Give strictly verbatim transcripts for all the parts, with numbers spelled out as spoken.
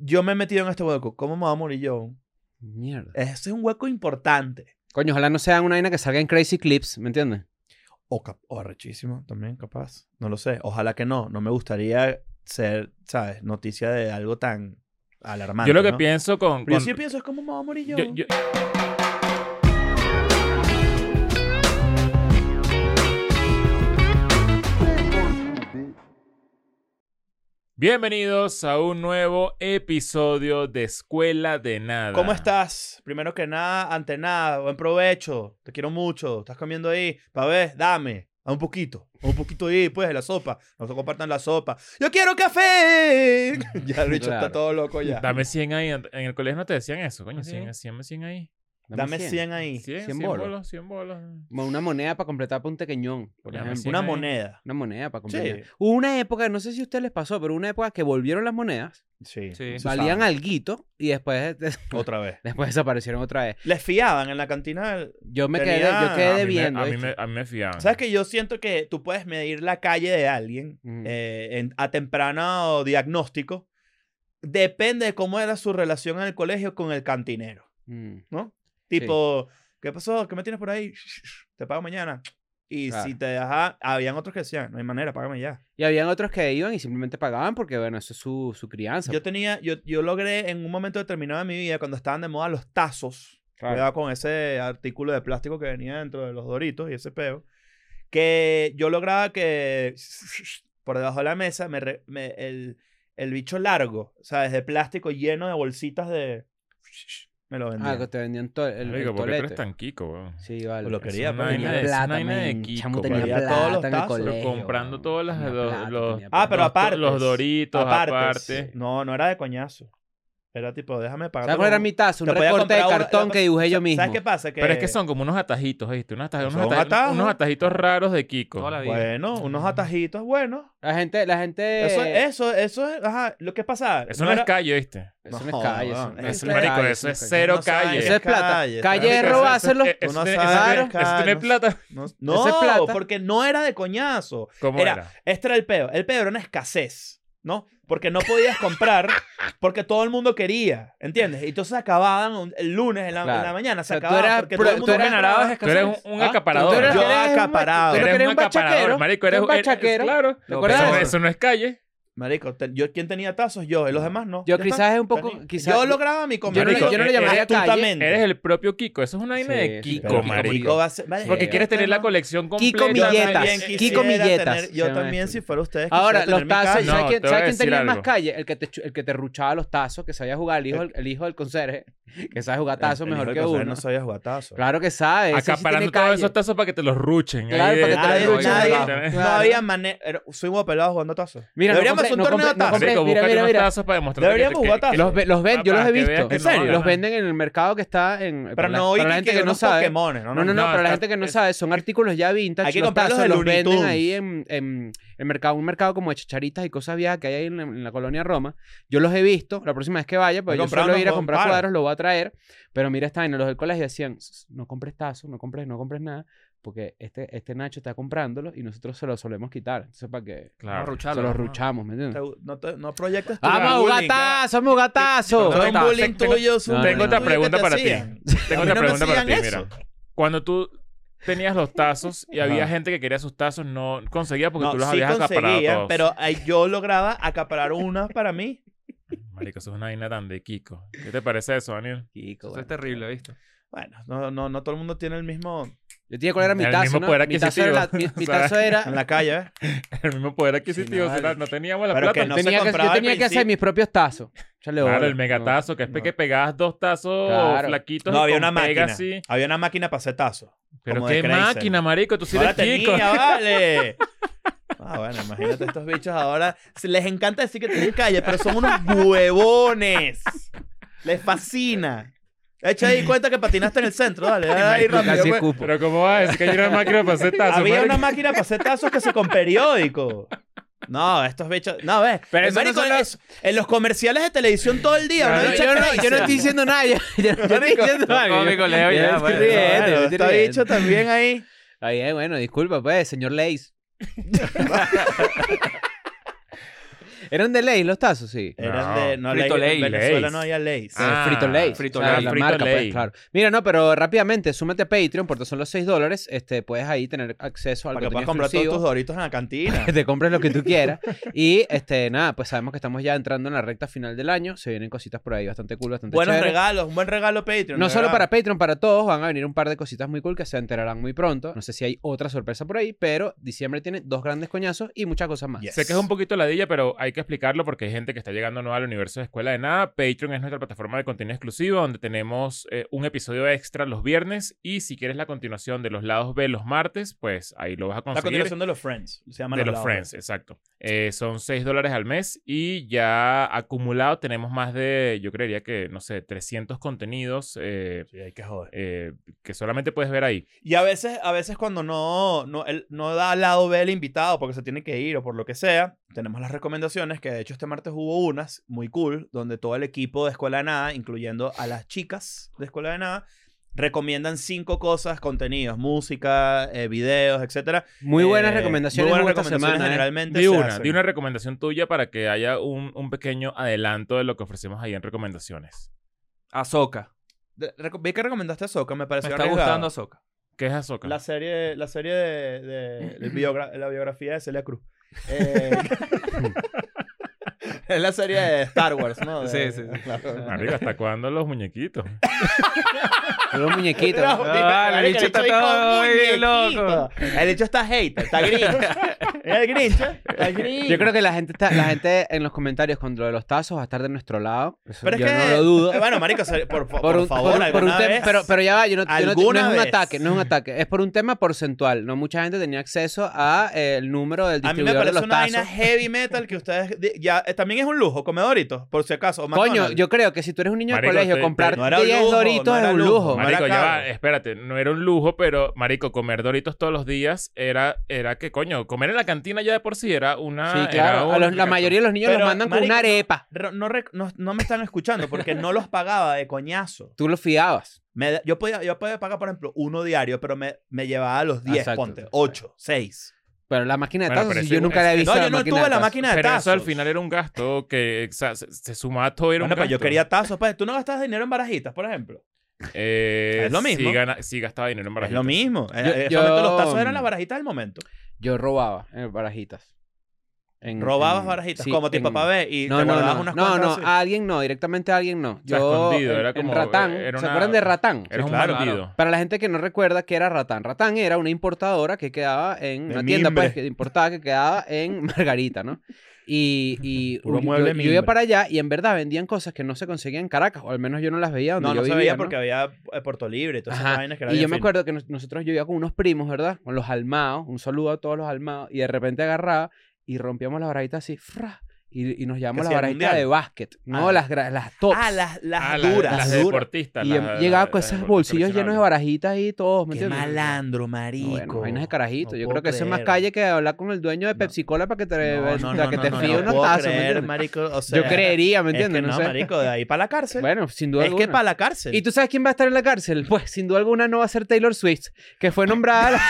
yo me he metido en este hueco. ¿Cómo me voy a morir yo? Mierda. Ese es un hueco importante. Coño, ojalá no sean una vaina que salga en Crazy Clips, ¿me entiendes? O, cap- o arrechísimo también, capaz. No lo sé. Ojalá que no. No me gustaría ser, ¿sabes? Noticia de algo tan alarmante, Yo lo que ¿no? pienso con... Pero con- yo sí pienso es cómo me voy a morir yo. yo- yo- Bienvenidos a un nuevo episodio de Escuela de Nada. ¿Cómo estás? Primero que nada, ante nada, buen provecho. Te quiero mucho. ¿Estás comiendo ahí? Pa' ver, dame. A un poquito. A un poquito ahí, pues, de la sopa. No se compartan la sopa. ¡Yo quiero café! Ya el bicho Claro. está todo loco ya. Dame cien ahí. En en el colegio no te decían eso, coño. ¿Ah, sí? cien, cien, cien ahí. Dame cien ahí. cien, cien cien bolos. bolos, cien bolos. Como una moneda para completar para un tequeñón, por Dame ejemplo. cien Una ahí. moneda. Una moneda para completar. Sí. Hubo una época, no sé si a ustedes les pasó, pero una época que volvieron las monedas, Sí. Sí. se valían usaban. alguito y después, Otra vez. después desaparecieron otra vez. Les fiaban en la cantina. del- Yo me Tenía- quedé, yo quedé A mí me- debiendo. A mí ¿viste? me, a mí me fiaban. ¿Sabes que yo siento que tú puedes medir la calle de alguien Ujú. eh, en- a temprano diagnóstico? Depende de cómo era su relación en el colegio con el cantinero, Mm. ¿no? Tipo, ¿qué pasó? ¿Qué me tienes por ahí? Te pago mañana. Y Claro. si te deja, habían otros que decían, no hay manera, págame ya. Y habían otros que iban y simplemente pagaban porque, bueno, eso es su, su crianza. Yo tenía, yo, yo logré en un momento determinado de mi vida, cuando estaban de moda los tazos, Claro. cuidado con ese artículo de plástico que venía dentro de los Doritos y ese peo, que yo lograba que por debajo de la mesa me re- me- el, el bicho largo, ¿sabes? De plástico lleno de bolsitas de... Me lo vendían. Ah, que te vendían to- el, el Marico, ¿por qué tú tolete. eres tan quico, weón? Sí, vale. O lo Es quería, una pues, vaina tenía de- es una plata, vaina de men. Kiko, Chamo, tenía valía plata todos los en el tazos. Pero colegio. comprando todas las- Tenía los- plata, los- tenía Ah, plata. pero Los- aparte. los Doritos, aparte. No, no era de coñazo. Era tipo, déjame pagar. ¿Sabes cuál era mi tazo? Un Te podía recorte de comprar una- cartón la- que dibujé yo mismo. ¿Sabes qué pasa? Que... Pero es que son como unos atajitos, ¿viste? Unos, atajitos, Son unos, atajitos, atajos. unos atajitos raros de Kiko. Toda la vida. Bueno, unos atajitos buenos. La gente, la gente... Eso, eso, eso es, ajá, lo que pasa. Eso no, es calle, ¿viste? Eso no, No, es calle. Eso, weón, eso es no es Marico, calle, eso no es calle. cero No sabes. calle. Eso es plata. Calle, Calle es marico, Eso- robárselo. Eso, Tú eso no tiene- sabes, eso tiene- cara, eso tiene no- plata. No, Eso no, es plata. porque no era de coñazo. ¿Cómo Era, era? este era el peo. El peo era una escasez, ¿no? Porque no podías comprar porque todo el mundo quería, ¿entiendes? Y entonces acababan un- el lunes en la, Claro. en la mañana, se O sea, tú acababan eras porque pro- todo el tú mundo eras- compraba. Tú eres un, un Ah, acaparador. tú eres- Yo eres un- acaparado. tú Eres eres un un bachaquero. acaparador, marico. Eres Tú un eres bachaquero. Claro. ¿Te acuerdas Eso, de no- eso? eso no es calle. Marico, te- yo quien tenía tazos, yo, y los demás no. Yo Ya quizás está. es un poco- Tenía- quizás- yo lograba mi Yo no, cometido. le- yo no le llamaría calle. astutamente. Eres el propio Kiko. Eso es una vaina Sí, de sí, Kiko, Pero Kiko, marico. Kiko va a ser- vaya, Porque eh, quieres tener la no. colección completa. Kiko Yo Milletas. también Kiko quisiera Milletas. tener- yo Se llama también, esto. si fuera ustedes, Ahora, quisiera los tener mi tazos, calle. No, ¿sabes quién, te voy ¿sabes a quién decir tenía más algo. calle? El que, te, chu- el que te ruchaba los tazos, que sabía jugar, el hijo, del- el hijo del conserje, que sabe jugar tazos El mejor hijo que de José uno. No sabía jugar tazos. Claro que sabe. ese sí Acaparando tiene todos calle. esos tazos para que te los ruchen. Claro, ahí de- para que te Nadie, los ruchen. nadie- Claro. no había manera. Soy un pelado jugando tazos. Mira, no Deberíamos compré- hacer un no torneo de compré- no tazos. compré- Marico, mira, búscate mira, unos mira. tazos para demostrar Deberíamos jugar tazos. Los, ve- los ven, yo los he Para que visto. veas que ¿En no, serio? Los ajá. venden en el mercado que está en... Pero para la- no, hoy para la gente que no sabe. Pokémon. No, no, no, No, para la está- gente que no es- sabe, son artículos ya vintage. Hay que los comprarlos tazos de los Looney venden Tunes. ahí en, en el mercado, un mercado como de chacharitas y cosas viejas que hay ahí en la, en la colonia Roma. Yo los he visto, la próxima vez que vaya, pues Hay yo que comprarnos suelo ir a un comprar par. cuadros, lo voy a traer. Pero mira esta vaina, los del colegio decían, no compres tazos, no compres, no compres nada, porque este, este Nacho está comprándolo y nosotros se los solemos quitar. Entonces, para que Claro. Rucharlo, se los ¿no? ruchamos, ¿me entiendes? Te- No, te- no proyectes tu ¡Vamos a bullying, jugar tazos! ¡Vamos a jugar No tazos! es un Tengo- bullying tengo- tuyo, es un no, bullying tengo otra tuyo pregunta que te para ti. hacían. Tengo A mí otra no me pregunta para ti, hacían mira. eso. Cuando tú tenías los tazos y había Ajá. gente que quería sus tazos, no conseguía porque No, tú los sí habías acaparado conseguía, todos. pero ahí yo lograba acaparar una para mí. Marico, eso es una vaina tan de Kiko. ¿Qué te parece eso, Daniel? Kiko, Eso bueno. es terrible, ¿viste? Bueno, no, no, no todo el mundo tiene el mismo Yo te dije cuál era mi El tazo, mismo ¿no? poder Mi tazo era, la- adquisitivo. mi, mi O sea, tazo era... en la calle, ¿eh? El mismo poder adquisitivo. Sí, no, o sea, vale. no teníamos la Pero plata. que no se tenía que, yo compraba al tenía que hacer principio. mis propios tazos. Échale Claro, bola. el megatazo, que es no. que pegabas dos tazos Claro. flaquitos No, y había con una pega máquina. así. Había una máquina para hacer tazos. Pero como de qué Crazy. máquina, marico. Tú sí No la eres Kiko. tenía, vale. Ah, bueno, imagínate estos bichos ahora. se Les encanta decir que tienen calle, pero son unos huevones. Les fascina. Echa ahí cuenta que patinaste en el centro, dale. dale ahí rápido, Casi pues. cupo. Pero ¿cómo vas a decir que hay una máquina para hacer tazos, Había marico? una máquina para hacer tazos que se con periódico. No, estos bichos. No, ves. Pero el eso no marico son los- es- en los comerciales de televisión todo el día. Claro, una Yo, bicha yo no, crazy. yo no estoy diciendo nada. Yo, yo no estoy diciendo no, algo. cómico, Leo, Yo ya, me estoy bueno. riendo, Bueno, me estoy está riendo. bicho también ahí. Está bien, bueno, disculpa, pues, señor Leis. ¿Eran de ley los tazos? Sí. Eran No, de... No, Frito ley, Lay, en Venezuela Lays. no había leyes. Ah, Frito Lay. Frito o sea, Lay. la Frito marca, Lay. pues, claro. Mira, no, pero rápidamente, súmate a Patreon porque son los seis dólares. Este, puedes ahí tener acceso al Para que puedas contenido comprar todos exclusivo. tus doritos en la cantina. Que te compres lo que tú quieras. Y este, nada, pues sabemos que estamos ya entrando en la recta final del año. Se vienen cositas por ahí bastante cool, bastante Buenos chéveres. regalos, un buen regalo Patreon. No de solo verdad. para Patreon, para todos. Van a venir un par de cositas muy cool que se enterarán muy pronto. No sé si hay otra sorpresa por ahí, pero diciembre tiene dos grandes coñazos y muchas cosas más. Yes. Sé que es un poquito ladilla, pero hay que explicarlo porque hay gente que está llegando nueva al universo de Escuela de Nada. Patreon es nuestra plataforma de contenido exclusivo donde tenemos eh, un episodio extra los viernes y si quieres la continuación de los lados B los martes, pues ahí lo vas a La conseguir. continuación de los Friends. Se llama De los lados. Friends, exacto. Eh, son seis dólares al mes y ya acumulado tenemos más de, yo creería que, no sé, trescientos contenidos eh, Sí, hay que joder. eh, que solamente puedes ver ahí. Y a veces, a veces cuando no, no, el- no da al lado B el invitado porque se tiene que ir o por lo que sea, tenemos las recomendaciones, que de hecho este martes hubo unas muy cool, donde todo el equipo de Escuela de Nada, incluyendo a las chicas de Escuela de Nada, recomiendan cinco cosas, contenidos, música, eh, videos, etcétera. Muy buenas Eh, recomendaciones muy hubo buenas esta recomendaciones semana. ¿eh? generalmente Di se una, hacen. di una recomendación tuya para que haya un, un pequeño adelanto de lo que ofrecemos ahí en recomendaciones. Ahsoka. De- reco- Vi que recomendaste a Soca, me Me pareció está arriesgado. gustando Ahsoka. ¿Qué es Ahsoka? La serie, la serie de, de- de biogra- la biografía de Celia Cruz. Eh, es la serie de Star Wars, ¿no? De- Sí, sí, sí. claro. Marico, ¿hasta cuándo los muñequitos? Los muñequitos. No, Ah, dime, el marico, bicho está dijo todo bien muñequito. loco. El hecho está hater, está grinch. Es el grinch, ¿eh? El grinch. Yo creo que la gente está, la gente en los comentarios con lo de los tazos va a estar de nuestro lado. Eso Pero es yo que, no lo dudo. eh, bueno, marico, se- por, por, Por un, favor, por un- por un alguna tema, vez. pero, pero ya va, yo no, yo no- no alguna es un vez. ataque, no es un ataque, es por un tema porcentual. No mucha gente tenía acceso a eh, el número del A mí me distribuidor de parece los una vaina tazos. heavy metal que ustedes di- ya eh, también es un lujo, comer Doritos, por si acaso. o Coño, McDonald's. yo creo que si tú eres un niño Marico, de colegio, te- comprar te- no era un diez lujo, Doritos no era es un lujo. lujo. Mar- Marico, era ya caro. va, espérate, no era un lujo, pero, marico, comer Doritos todos los días era, era que, coño, comer en la cantina ya de por sí era una... Sí, era claro. A una los- la obligación. mayoría de los niños Pero, los mandan con marico, una no- arepa. Re- No, rec- no, no me están escuchando porque no los pagaba de coñazo. Tú los fiabas. Me da- yo, podía, yo podía pagar, por ejemplo, uno diario, pero me, me llevaba a los diez, Exacto. ponte. ocho, seis. Pero la máquina de Bueno, tazos, pero sí, ese- yo nunca la he ese- visto. No, yo no máquina tuve de la tazos. máquina de Pero tazos. eso al final era un gasto que o sea, se, se sumaba todo, era Bueno, un pues gasto. yo quería tazos. Pues, ¿tú no gastas dinero en barajitas, por ejemplo? Eh, Es lo mismo. Sí, gana- sí gastaba dinero en Es barajitas. lo mismo. En Yo- ese yo- momento los tazos eran las barajitas del momento. Yo robaba en barajitas. En- Robabas en- barajitas, sí, como tipo en- papá B y No, te no, guardabas no, unas no, cuantas no, así. a alguien no, directamente a alguien no. sea, Yo, escondido, en- era en como- Ratán, era ¿se una- acuerdan de Ratán? Era un claro, bandido. Para la gente que no recuerda qué era Ratán, Ratán era una importadora que quedaba en De una tienda pues, mimbre. que importada que quedaba en Margarita, ¿no? Y, y Puro yo- mueble yo, yo iba mimbre. para allá y en verdad vendían cosas que no se conseguían en Caracas, o al menos yo no las veía donde No, yo no se vivía, veía ¿no? porque había eh, Puerto Libre y todas esas Ajá. vainas que era Y bien yo me fino. acuerdo que nos- nosotros yo iba con unos primos, ¿verdad? Con los almados, un saludo a todos los almados, y de repente agarraba y rompíamos las barajitas así, ¡fra! Y, y nos llevamos ¿Qué las hacía, el barajitas mundial? de básquet, no Ah. las, gra- las tops. Ah, las, las Ah, las- duras. las Las de duras. deportistas. y las- em- las- llegaba las con de esos deporte bolsillos llenos de coleccionables. barajitas y todo, ¿me Qué entiendes? malandro, No, marico. bueno, vainas de carajito. No Yo puedo creo que eso es más creer. calle que hablar con el dueño de No. Pepsi Cola para que te, No, no, para no, que no, te no, fíe no unos puedo tazos, ¿me creer, entiendes? marico. O sea, Yo creería, ¿me es que entiendes? no, no sé. marico, de ahí para la cárcel. Bueno, sin duda es que alguna. para la cárcel. ¿Y tú sabes quién va a estar en la cárcel? Pues sin duda alguna no va a ser Taylor Swift, que fue nombrada. la-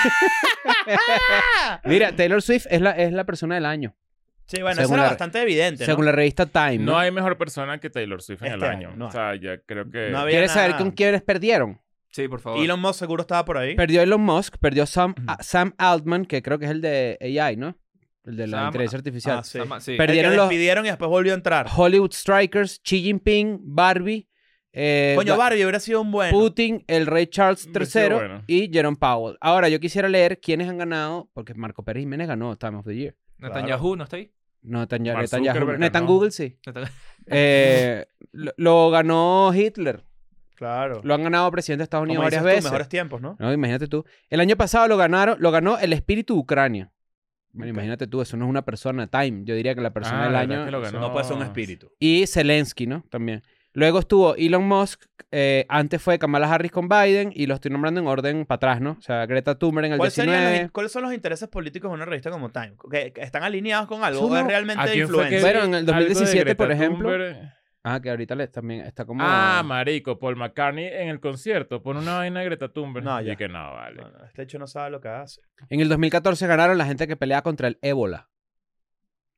Mira, Taylor Swift es la, es la persona del año, Sí, bueno, eso según era la- bastante evidente, según ¿no? la revista Time. No ¿no? hay mejor persona que Taylor Swift en Este el año, año. no o sea, ya creo que... No había ¿Quieres saber nada. con quiénes perdieron? Sí, por favor. Elon Musk seguro estaba por ahí. Perdió Elon Musk, perdió Sam, a- Sam Altman, que creo que es el de A I, ¿no? El de la Sam- inteligencia artificial. Ah, sí. Sama- sí. Per- perdieron el que los- despidieron y después volvió a entrar. Hollywood Strikers, Xi Jinping, Barbie, eh, Coño, Ba- Barbie hubiera sido un buen. Putin, el rey Charles Hubiera sido tercero bueno. y Jerome Powell. Ahora, yo quisiera leer quiénes han ganado, porque Marco Pérez Jiménez ganó Time of the Year. Netanyahu, ¿no está ahí? No, Netanyahu, Mark Netanyahu. Zuckerberg Netan ganó. Google sí. Netan- Eh, lo, lo ganó Hitler. Claro. Lo han ganado presidente de Estados Unidos Como varias dices tú, veces. mejores tiempos, ¿no? No, imagínate tú. El año pasado lo ganaron, lo ganó el espíritu de Ucrania. Bueno, Ok. imagínate tú, eso no es una persona, Time. Yo diría que la persona Ah, del la año. verdad que lo Eso ganó. no puede ser un espíritu. Y Zelensky, ¿no? También. Luego estuvo Elon Musk, eh, antes fue Kamala Harris con Biden, y lo estoy nombrando en orden para atrás, ¿no? O sea, Greta Thunberg en el ¿Cuál serían los diecinueve. in- ¿Cuáles son los intereses políticos de una revista como Time? ¿Que, que están alineados con algo? Eso ¿O es no- realmente ¿A quién fue que influencia? Bueno, vi en el algo de dos mil diecisiete, por Greta ejemplo. Thunberg? Ah, que ahorita le, también está como... Ah, marico, Paul McCartney en el concierto. Pone una vaina de Greta Thunberg. No, Y ya. que no, vale. No, no, este hecho no sabe lo que hace. En el dos mil catorce ganaron la gente que pelea contra el ébola.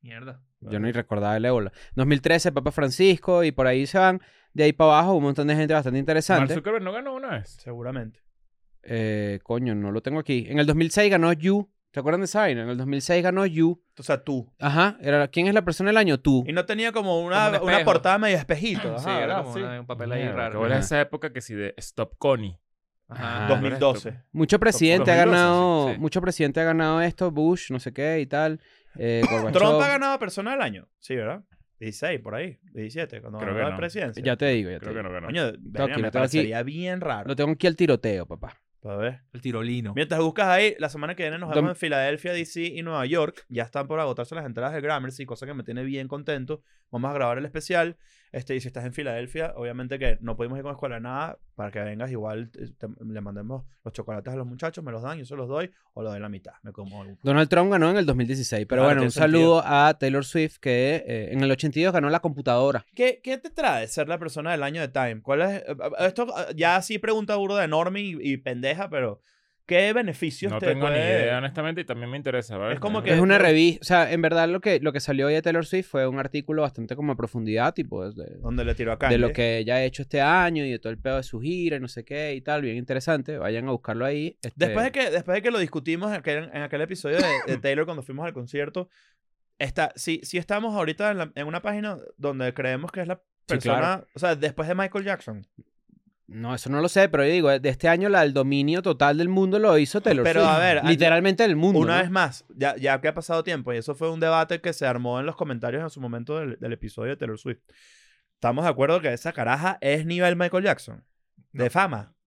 Mierda. Yo ni recordaba el ébola. dos mil trece, Papa Francisco, y por ahí se van. De ahí para abajo, un montón de gente bastante Mark interesante. Zuckerberg no ganó una vez. Seguramente. Eh, coño, no lo tengo aquí. En el dos mil seis ganó You. ¿Te acuerdan de esa vaina? En el dos mil seis ganó You. O sea, tú. Ajá. Era, ¿quién es la persona del año? Tú. Y no tenía como una, Como un una espejo. portada medio espejito. Ajá, Sí, era ¿verdad? como Sí. una- un papel ahí Mierda, raro. que bola Ajá. esa época que sí de Stop Connie. Ajá. Ah, dos mil doce. Mucho presidente ha dos mil doce, ganado. sí, sí. Mucho presidente ha ganado esto. Bush, no sé qué y tal. Eh, Gorbachev. Trump ha ganado persona del año. Sí, ¿verdad? dieciséis, por ahí. diecisiete, cuando Creo ganó que la no. presidencia. Ya te digo, ya te Creo que digo. no ganó. Coño, verga, aquí, me lo tengo aquí. parecería bien raro. Lo tengo aquí al tiroteo, papá. A ver. El tirolino. Mientras buscas ahí, la semana que viene nos Dom- vemos en Filadelfia, D C y Nueva York. Ya están por agotarse las entradas de Gramercy, cosa que me tiene bien contento. Vamos a grabar el especial. Este, y si estás en Filadelfia, obviamente que no pudimos ir con escuela de nada, para que vengas igual te- te- le mandemos los chocolates a los muchachos, me los dan, yo se los doy, o lo doy la mitad. Me como algo. Donald Trump ganó en el dos mil dieciséis. Pero Claro, bueno, tiene un saludo a Taylor Swift que eh, en el ochenta y dos ganó la computadora. ¿Qué, ¿Qué te trae ser la persona del año de Time? ¿Cuál es? eh, eh, Esto eh, ya sí pregunta burda de enorme y, y pendeja, pero ¿qué beneficios No te tengo ni puede- idea, honestamente, y también me interesa. ¿vale? Es como Eh, que- Es una pero- revista. O sea, en verdad lo que, lo que salió hoy de Taylor Swift fue un artículo bastante como a profundidad, tipo de, Donde le tiró a de Kanye. lo que ella ha hecho este año y de todo el pedo de su gira y no sé qué y tal. Bien interesante. Vayan a buscarlo ahí. Este, Después de que, después de que lo discutimos en aquel, en aquel episodio de, de Taylor cuando fuimos al concierto, está, sí, sí estamos ahorita en, la- en una página donde creemos que es la Sí, persona, claro. o sea, después de Michael Jackson. No, eso no lo sé, pero yo digo, de este año la, el dominio total del mundo lo hizo Taylor Pero, Swift. a ver, literalmente del mundo. Una ¿no? vez más, ya, ya que ha pasado tiempo, y eso fue un debate que se armó en los comentarios en su momento del, del episodio de Taylor Swift. Estamos de acuerdo que esa caraja es nivel Michael Jackson. De No. fama.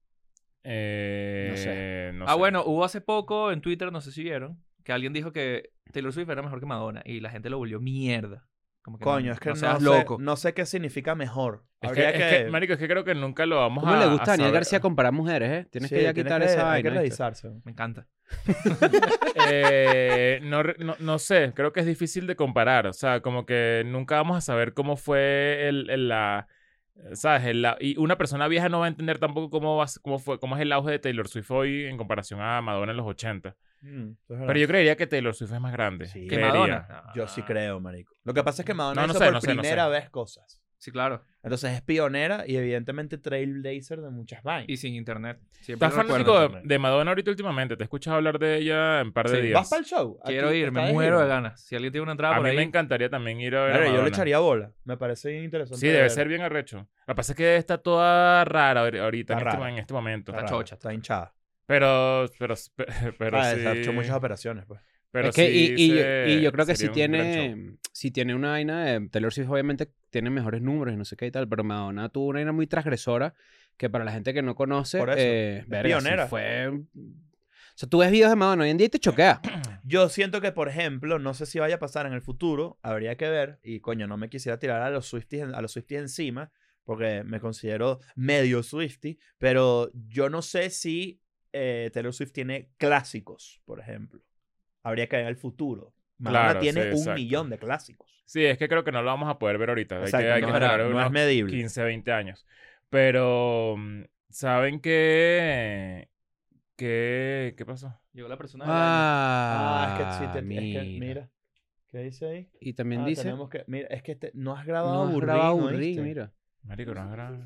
eh, No sé. no Ah, sé. bueno, hubo hace poco en Twitter, no sé si vieron, que alguien dijo que Taylor Swift era mejor que Madonna y la gente lo volvió mierda. Como que Coño, no, es que no no, seas sé, loco. no sé qué significa mejor. Es que, Habría es que, que, marico, es que creo que nunca lo vamos ¿Cómo a le gusta a a Daniel saber. García comparar mujeres, eh? Tienes Sí, que ya tienes quitar que- esa hay que vaina. ¿viste? revisarse. Me encanta. Eh, no, re- no, no sé, creo que es difícil de comparar. O sea, como que nunca vamos a saber cómo fue el, el- la... ¿Sabes? El la- y una persona vieja no va a entender tampoco cómo, va, a s- cómo, fue, cómo es el auge de Taylor Swift hoy en comparación a Madonna en los ochenta. Mm, eso es verdad. Pero yo creería que Taylor Swift es más grande. Sí. ¿Que creería. Madonna? Yo sí Ah, creo, marico. Lo que pasa es que Madonna No, no hizo sé, por no sé, no primera sé. vez cosas. Sí, claro. Entonces es pionera y evidentemente trailblazer de muchas vainas. Y sin internet. Siempre ¿Estás lo recuerdo. fanático de, también. de Madonna ahorita últimamente? ¿Te escuchas hablar de ella en un par de Sí. días? ¿Vas para el show? Quiero Aquí ir, está me de muero gira. de ganas. Si alguien tiene una entrada A por mí ahí. me encantaría también ir a ver a Claro, yo le Madonna. echaría bola. Me parece bien interesante. Sí, debe ver. ser bien arrecho. Lo que pasa es que está toda rara ahor- ahorita, Está en, este, rara. en este momento. Está Está rara, chocha. Está hinchada. Pero, pero, pero Ah, sí. se ha hecho muchas operaciones, pues. Pero Es que, y, sí y, se- y yo creo que sería si un gran show. tiene, si tiene una vaina de Taylor Swift obviamente tiene mejores números y no sé qué y tal, pero Madonna tuvo una vaina muy transgresora que para la gente que no conoce, Por eso, eh, es verga, sí pionera. fue... O sea, tú ves videos de Madonna hoy en día y te choquea. Yo siento que, por ejemplo, no sé si vaya a pasar en el futuro, habría que ver, y coño, no me quisiera tirar a los Swifties, a los Swifties encima, porque me considero medio Swiftie, pero yo no sé si eh, Taylor Swift tiene clásicos, por ejemplo. Habría que ver en el futuro. Madonna Claro, tiene sí, un exacto. millón de clásicos. Sí, es que creo que no lo vamos a poder ver ahorita. Hay Exacto, que, hay no, que es- esperar no unos es medible. quince, veinte años. Pero, mm, ¿saben qué? ¿Qué, ¿Qué pasó? Llegó la persona del año. Ah, Ah, es que sí, te- mira. es que, mira. ¿Qué dice ahí? Y también Ah, dice... tenemos que, mira, es que te- no has grabado No has Burrín, grabado ¿oíste? Burrín, mira. Marico, no es gran-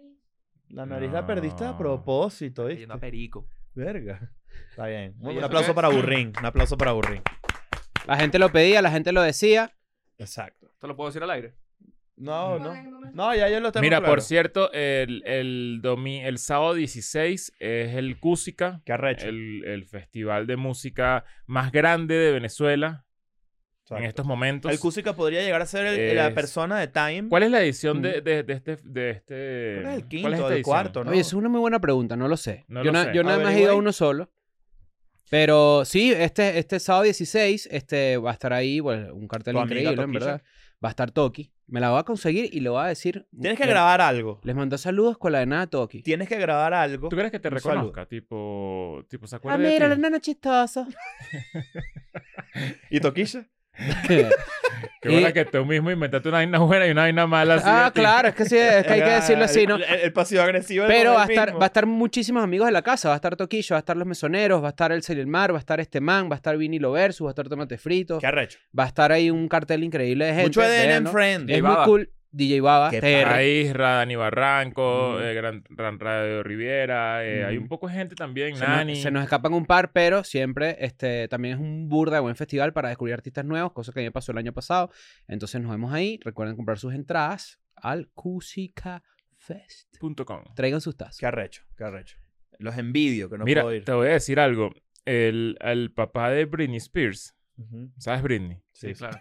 La nariz la perdiste a No. propósito, Está ¿viste? yendo a Perico. Verga. Está bien. Oye, Un ¿eso aplauso qué? para Burrín. Un aplauso para Burrín. La gente lo pedía, la gente lo decía. Exacto. ¿Esto lo puedo decir al aire? No, no. No, ya yo lo tengo Mira, claro. por cierto, el, el, domi- el sábado dieciséis es el Cúsica, Qué arrecho. el, el festival de música más grande de Venezuela Exacto. en estos momentos. El Cusica podría llegar a ser el- la Es- persona de Time. ¿Cuál es la edición Mm. de, de, de este, de este... Creo que es el ¿Cuál quinto esta o el edición? cuarto, ¿no? Oye, eso es una muy buena pregunta, no lo sé. No yo lo na- sé. yo nada más he Averigua ido a ahí. uno solo. Pero sí, este, este sábado dieciséis este, va a estar ahí, bueno, un cartel Tu amiga increíble, en Toquilla. verdad. Va a estar Toki. Me la voy a conseguir y le voy a decir... Tienes que le- grabar algo. Les mandó saludos con la de nada Toki. Tienes que grabar algo. ¿Tú crees que te Un reconozca? Tipo, tipo, ¿se Ah, acuerda de mira, ti? el nano chistoso. ¿Y Toquilla? Qué buena Y- que tú mismo inventaste una vaina buena y una vaina mala. así Ah, de ti. claro, es que sí, es que hay que decirlo así, ¿no? El, el- el pasivo agresivo. del Pero va a mismo. estar, va a estar muchísimos amigos de la casa. Va a estar Toquillo, va a estar Los Mesoneros, va a estar El Cerilmar, va a estar este man, va a estar Vinilo Versus, va a estar Tomate Frito. Qué arrecho. Va a estar ahí un cartel increíble de gente. Mucho Eden en véanlo. Friend. Es D J muy Baba. cool. D J Baba, Qué T R. padre. Ahí Isra, Dani Barranco, Ujú. eh, Gran, Gran Radio Riviera. eh, Hay Ujú. un poco de gente también. Se Nani. nos, se nos escapan un par, pero siempre este, también es un burda de buen festival para descubrir artistas nuevos, cosa que a mí me pasó el año pasado. Entonces nos vemos ahí. Recuerden comprar sus entradas al Cusica Fest. punto com. Traigan sus tazas. Qué arrecho. Qué arrecho. Los envidio que no Mira, puedo ir. te voy a decir algo. El, el papá de Britney Spears, Ujú. ¿sabes Britney? Sí, claro.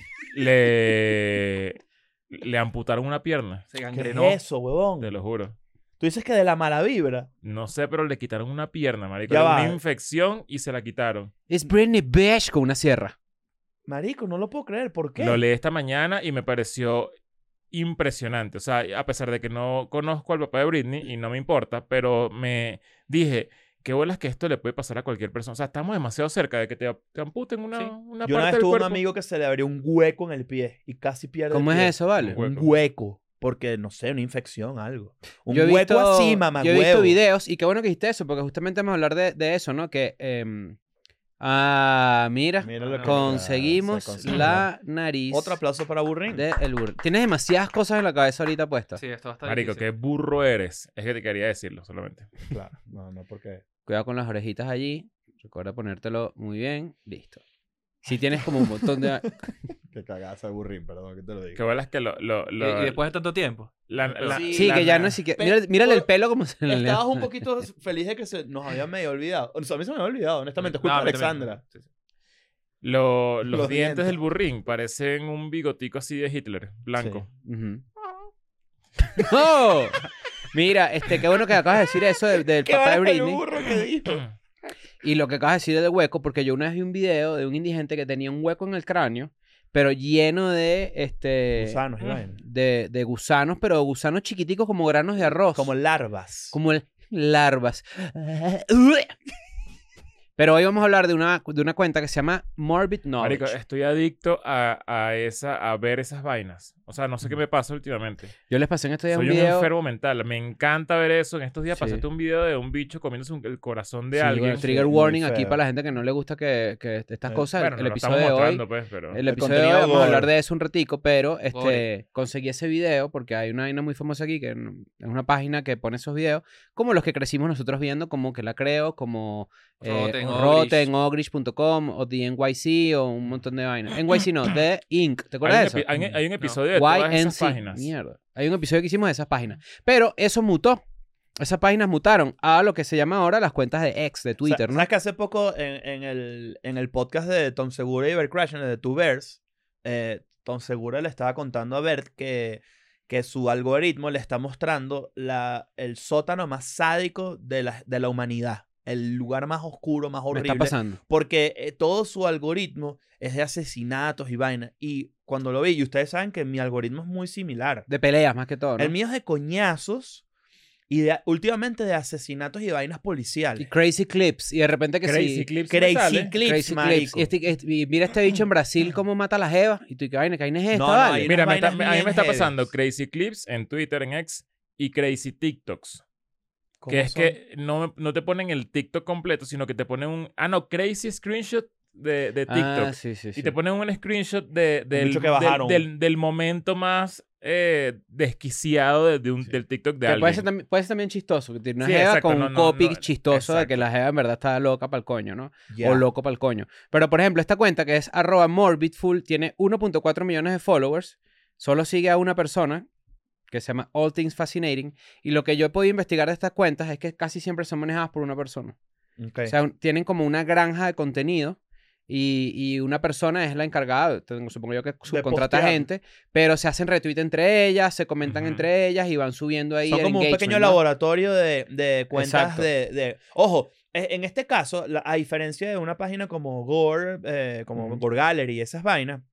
Le, le amputaron una pierna, Se ¿Qué gangrenó. es eso, huevón? te lo juro. Tú dices que de la mala vibra. No sé, pero le quitaron una pierna, marico. Ya Era va. una infección y se la quitaron. Es Britney Bitch con una sierra. Marico, no lo puedo creer. ¿Por qué? Lo leí esta mañana y me pareció impresionante. O sea, a pesar de que no conozco al papá de Britney y no me importa, pero me dije, qué bolas que esto le puede pasar a cualquier persona. O sea, estamos demasiado cerca de que te, te amputen una, Sí. una Yo una parte vez del tuve un cuerpo. amigo que se le abrió un hueco en el pie y casi pierde ¿Cómo el es pie. eso, vale? Un Un hueco. hueco. Porque, no sé, una infección, algo. Un Yo he hueco visto- así, mamá Yo he visto videos, y qué bueno que dijiste eso, porque justamente vamos a hablar de, de eso, ¿no? Que, em, ah, mira, Mira lo que conseguimos se consiguió. la nariz Otro aplauso para Burrín. de el burro. Tienes demasiadas cosas en la cabeza ahorita puestas. Sí, esto va a estar Marico, qué difícil. burro eres. Es que te quería decirlo solamente. Claro. No, no, porque... Cuidado con las orejitas allí. Recuerda ponértelo muy bien. Listo. Si tienes como un montón de... Qué cagaza de Burrín, perdón que te lo diga. Qué bolas que lo... lo, Y, lo- y después de tanto tiempo. la- la- Sí, Sí, la- que ya no la- es siquiera... Pe- Mira, mírale el por- pelo como se le... Estabas un poquito feliz de que se nos había medio olvidado. O sea, a mí se me había olvidado, honestamente. Es culpa No, de a mí también. Alexandra. Sí, sí. lo- los, Los dientes, dientes. del burrín parecen un bigotico así de Hitler, blanco. Ujú. ¡Oh! Mira, este, qué bueno que acabas de decir eso del, del ¿Qué papá de bolas el Britney. burro que dijo? Y lo que acabas de decir del hueco, porque yo una vez vi un video de un indigente que tenía un hueco en el cráneo, pero lleno de, este... Gusanos y Mm. vaina. De, de gusanos, pero gusanos chiquiticos como granos de arroz. Como larvas. Como el- larvas. Pero hoy vamos a hablar de una, de una cuenta que se llama Morbid Knowledge. Marico, estoy adicto a, a, esa, a ver esas vainas. O sea, no sé qué me pasa últimamente. Yo les pasé en estos días Soy un un video... enfermo mental. Me encanta ver eso. En estos días Sí. pasaste un video de un bicho comiéndose un- el corazón de Sí, alguien. bueno, trigger Sí, muy warning aquí feo. para la gente que no le gusta que, que estas Eh, cosas. Bueno, el no lo episodio estamos de hoy... mostrando, pues, pero... El El episodio de hoy contenido vamos a hablar gore. de eso un ratico, pero este, Gore. conseguí ese video porque hay una vaina muy famosa aquí que n- es una página que pone esos videos como los que crecimos nosotros viendo, como que la creo, como eh, Rotten, o Ogrish. Rotten, Ogrish punto com o The N Y C o un montón de vainas. N Y C no, The Inc. ¿Te Hay acuerdas un, de epi- eso? hay, hay un episodio de todas esas Y N C. páginas. Mierda. Hay un episodio que hicimos de esas páginas. Pero eso mutó. Esas páginas mutaron a lo que se llama ahora las cuentas de X, de Twitter, Sa- ¿no? ¿Sabes que hace poco en, en el, en el podcast de Tom Segura y Bert Crasher, de Two Bears, eh, Tom Segura le estaba contando a Bert que, que su algoritmo le está mostrando la, el sótano más sádico de la, de la humanidad. El lugar más oscuro, más Me horrible. está pasando. Porque eh, todo su algoritmo es de asesinatos y vainas. Y cuando lo vi, y ustedes saben que mi algoritmo es muy similar. De peleas más que todo, ¿no? El mío es de coñazos y de, últimamente de asesinatos y vainas policiales. Y Crazy Clips. Y de repente que Crazy sí. Clips me Crazy sale. Clips, Crazy marico. Clips. Y, este- este- y mira este bicho en Brasil cómo mata a las jevas. Y tú, ¿qué vaina? ¿Qué vaina es esta, No, no, vale? hay- Mira, unas me está- vainas me- a mí bien me está heavies. pasando Crazy Clips en Twitter, en X, y Crazy TikToks. ¿Cómo Que es son? que no, no te ponen el TikTok completo, sino que te ponen un... Ah, no, Crazy Screenshot de, de TikTok. Ah, sí, sí, sí. Y te ponen un screenshot de, del, bicho que del- bajaron. del, del momento más eh, desquiciado de, de un, del TikTok de Que alguien. puede ser, también, puede ser también chistoso. Que tiene una Sí, jeva exacto, con no, un no, copy no, chistoso de que exacto. la jeva en verdad está loca para el coño, ¿no? Ya. O loco para el coño. Pero, por ejemplo, esta cuenta que es arroba morbidful tiene uno punto cuatro millones de followers. Solo sigue a una persona que se llama All Things Fascinating. Y lo que yo he podido investigar de estas cuentas es que casi siempre son manejadas por una persona. Ok. O sea, un- tienen como una granja de contenido y, y una persona es la encargada, tengo- supongo yo que subcontrata postear. gente, pero se hacen retweet entre ellas, se comentan Ujú. entre ellas y van subiendo ahí Son el como un engagement, pequeño ¿no? laboratorio de, de cuentas Exacto. de, de... Ojo, e- en este caso, la- a diferencia de una página como Gore, eh, como Ujú. Gore Gallery y esas vainas,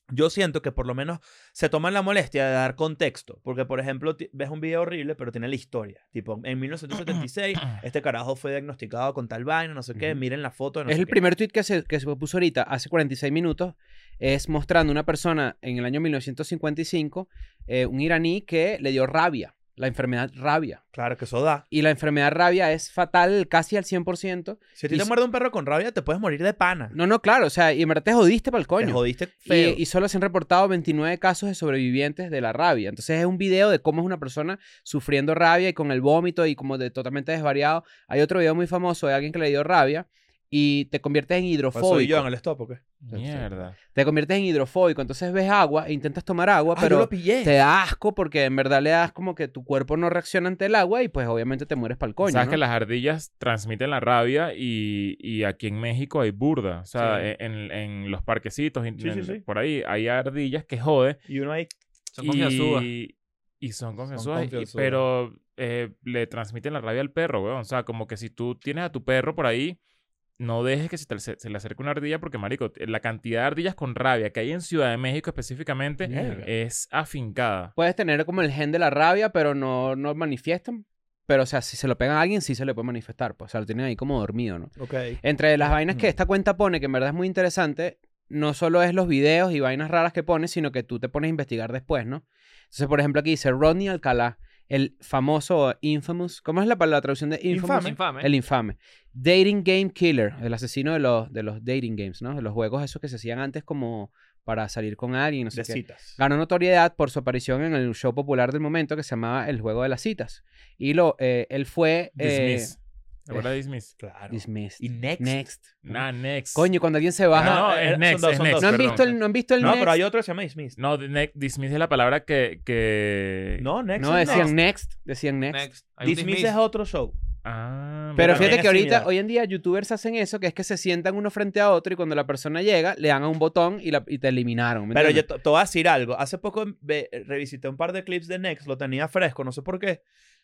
yo siento que por lo menos se toman la molestia de dar contexto. Porque, por ejemplo, ti- ves un video horrible, pero tiene la historia. Tipo, en mil novecientos setenta y seis, este carajo fue diagnosticado con tal vaina, no sé qué. Ujú. Miren la foto de no Es sé el qué. primer tweet que se, que se puso ahorita, hace cuarenta y seis minutos, es mostrando una persona en el año mil novecientos cincuenta y cinco, eh, un iraní que le dio rabia, la enfermedad rabia. Claro que eso da. Y la enfermedad rabia es fatal casi al cien por ciento. Si a ti Y te s- muerde un perro con rabia, te puedes morir de pana. No, no, claro, o sea, y en verdad te jodiste para el Te coño. jodiste Y, feo. y solo se han reportado veintinueve casos de sobrevivientes de la rabia. Entonces es un video de cómo es una persona sufriendo rabia y con el vómito y como de totalmente desvariado. Hay otro video muy famoso de alguien que le dio rabia y te conviertes en Pues soy hidrofóbico. yo en el stop, ¿o qué? Mierda. Te conviertes en hidrofóbico. Entonces ves agua e intentas tomar agua, Ah, yo pero lo pillé. te da asco porque en verdad le das como que tu cuerpo no reacciona ante el agua y pues obviamente te mueres para el coño. Sabes ¿no? que las ardillas transmiten la rabia y, y aquí en México hay burda. O sea, Sí. en, en los parquecitos, en- Sí, sí, en- sí. por ahí, hay ardillas que jode. Y uno ahí... Son confianzudas. Y, y son confianzudas, y- confianzudas. pero eh, le transmiten la rabia al perro, weón. O sea, como que si tú tienes a tu perro por ahí, no dejes que se, te- se- se le acerque una ardilla porque, marico, la cantidad de ardillas con rabia que hay en Ciudad de México específicamente Verga. es afincada. Puedes tener como el gen de la rabia, pero no, no manifiestan. Pero, o sea, si se lo pegan a alguien, sí se le puede manifestar. Pues, o sea, lo tienen ahí como dormido, ¿no? Ok. Entre las vainas que Mm. esta cuenta pone, que en verdad es muy interesante, no solo es los videos y vainas raras que pone, sino que tú te pones a investigar después, ¿no? Entonces, por ejemplo, aquí dice Rodney Alcalá, el famoso infamous, ¿cómo es la, la traducción de infamous? Infame. Infame. El infame. Dating Game Killer, el asesino de los, de los dating games, ¿no? De los juegos esos que se hacían antes como para salir con alguien, no sé De qué. citas. Ganó notoriedad por su aparición en el show popular del momento que se llamaba El Juego de las Citas. Y lo, eh, él fue... eh, Dismiss. ¿Te acuerdas de Dismiss? Claro. dismissed. Y next. Next. Nah, next. Coño, cuando alguien se baja... Ah, no, Ah, es son next, dos, es son next. dos. ¿No han, perdón. visto el, ¿No han visto el No, next? pero hay otro que se llama Dismiss. No, de ne- dismiss es la palabra que... que... No, Next No, es decían next. next. Decían next. Next. Hay un Dismiss dismiss. es otro show. Ah, Pero mira. fíjate también que es ahorita, similar. hoy en día, youtubers hacen eso, que es que se sientan uno frente a otro y cuando la persona llega, le dan a un botón y, la, y te eliminaron. ¿me Pero yo entiendes? te te voy a decir algo. Hace poco ve- revisité un par de clips de Next, lo tenía fresco, no sé por qué.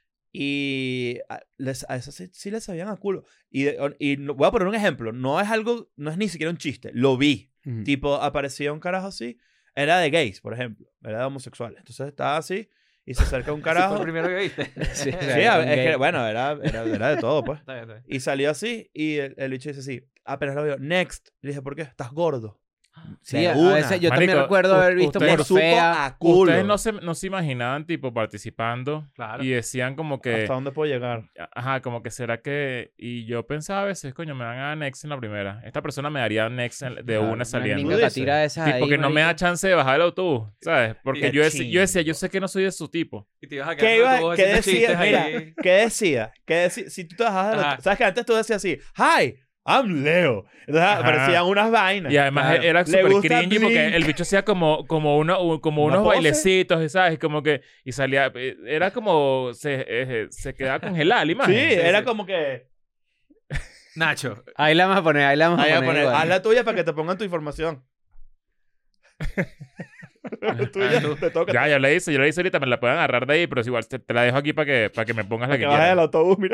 Y a, les, a eso sí, sí les sabían a culo. Y, de- y no- voy a poner un ejemplo. No es algo, no es ni siquiera un chiste. Lo vi. Ujú. Tipo, aparecía un carajo así. Era de gays, por ejemplo. Era de homosexuales. Entonces estaba así y se acerca un Ese fue carajo. el primero que viste. Sí, o sea, Sí, era a- un es gay. que, bueno, era, era, era de todo, pues. Está bien, está bien. Y salió así y el, el bicho dice así. Apenas lo vio, next. Le dije, ¿por qué? Estás gordo. Sí, de a, a una. veces yo también Marico, recuerdo haber u- visto ustedes- Le por supo fea. a culo. Ustedes no se, no se imaginaban, tipo, participando Claro. y decían como que... ¿Hasta dónde puedo llegar? Ajá, como que será que... Y yo pensaba a veces, coño, me van a dar next en la primera. Esta persona me daría next en- de Claro, una saliendo. minga ¿Tú dices? catira de esas Sí, ahí, porque no me da marico. chance de bajar el autobús, ¿sabes? Porque Qué yo, dec- yo decía, yo chimbo. sé que no soy de su tipo. Y te ibas a ¿Qué, quedar iba, con tu voz ¿qué haciendo decía? chistes Mira, ahí. ¿qué decía? ¿Qué decía? Si tú te bajabas de la- Ajá. ¿Sabes que antes tú decías así? ¡Hi! I'm Leo. Entonces Ajá. aparecían unas vainas. Y además Claro. era Le súper gusta cringy porque Blink. el bicho hacía como, como, uno, u- como ¿Una unos pose? bailecitos, ¿sabes? Como que... Y salía... eh, Era como... Se, eh, se quedaba congelada la imagen. Sí, era sí. como que... Nacho. Ahí la vamos a poner, ahí la vamos a Ahí poner. a poner, igual. haz la tuya para que te pongan tu información. La tuya, Ah, tú. te toca. Ya, yo la hice, yo la hice ahorita, me la pueden agarrar de ahí, pero es igual te, te la dejo aquí para que, para que me pongas la Que que bajes del quieras. autobús, mira.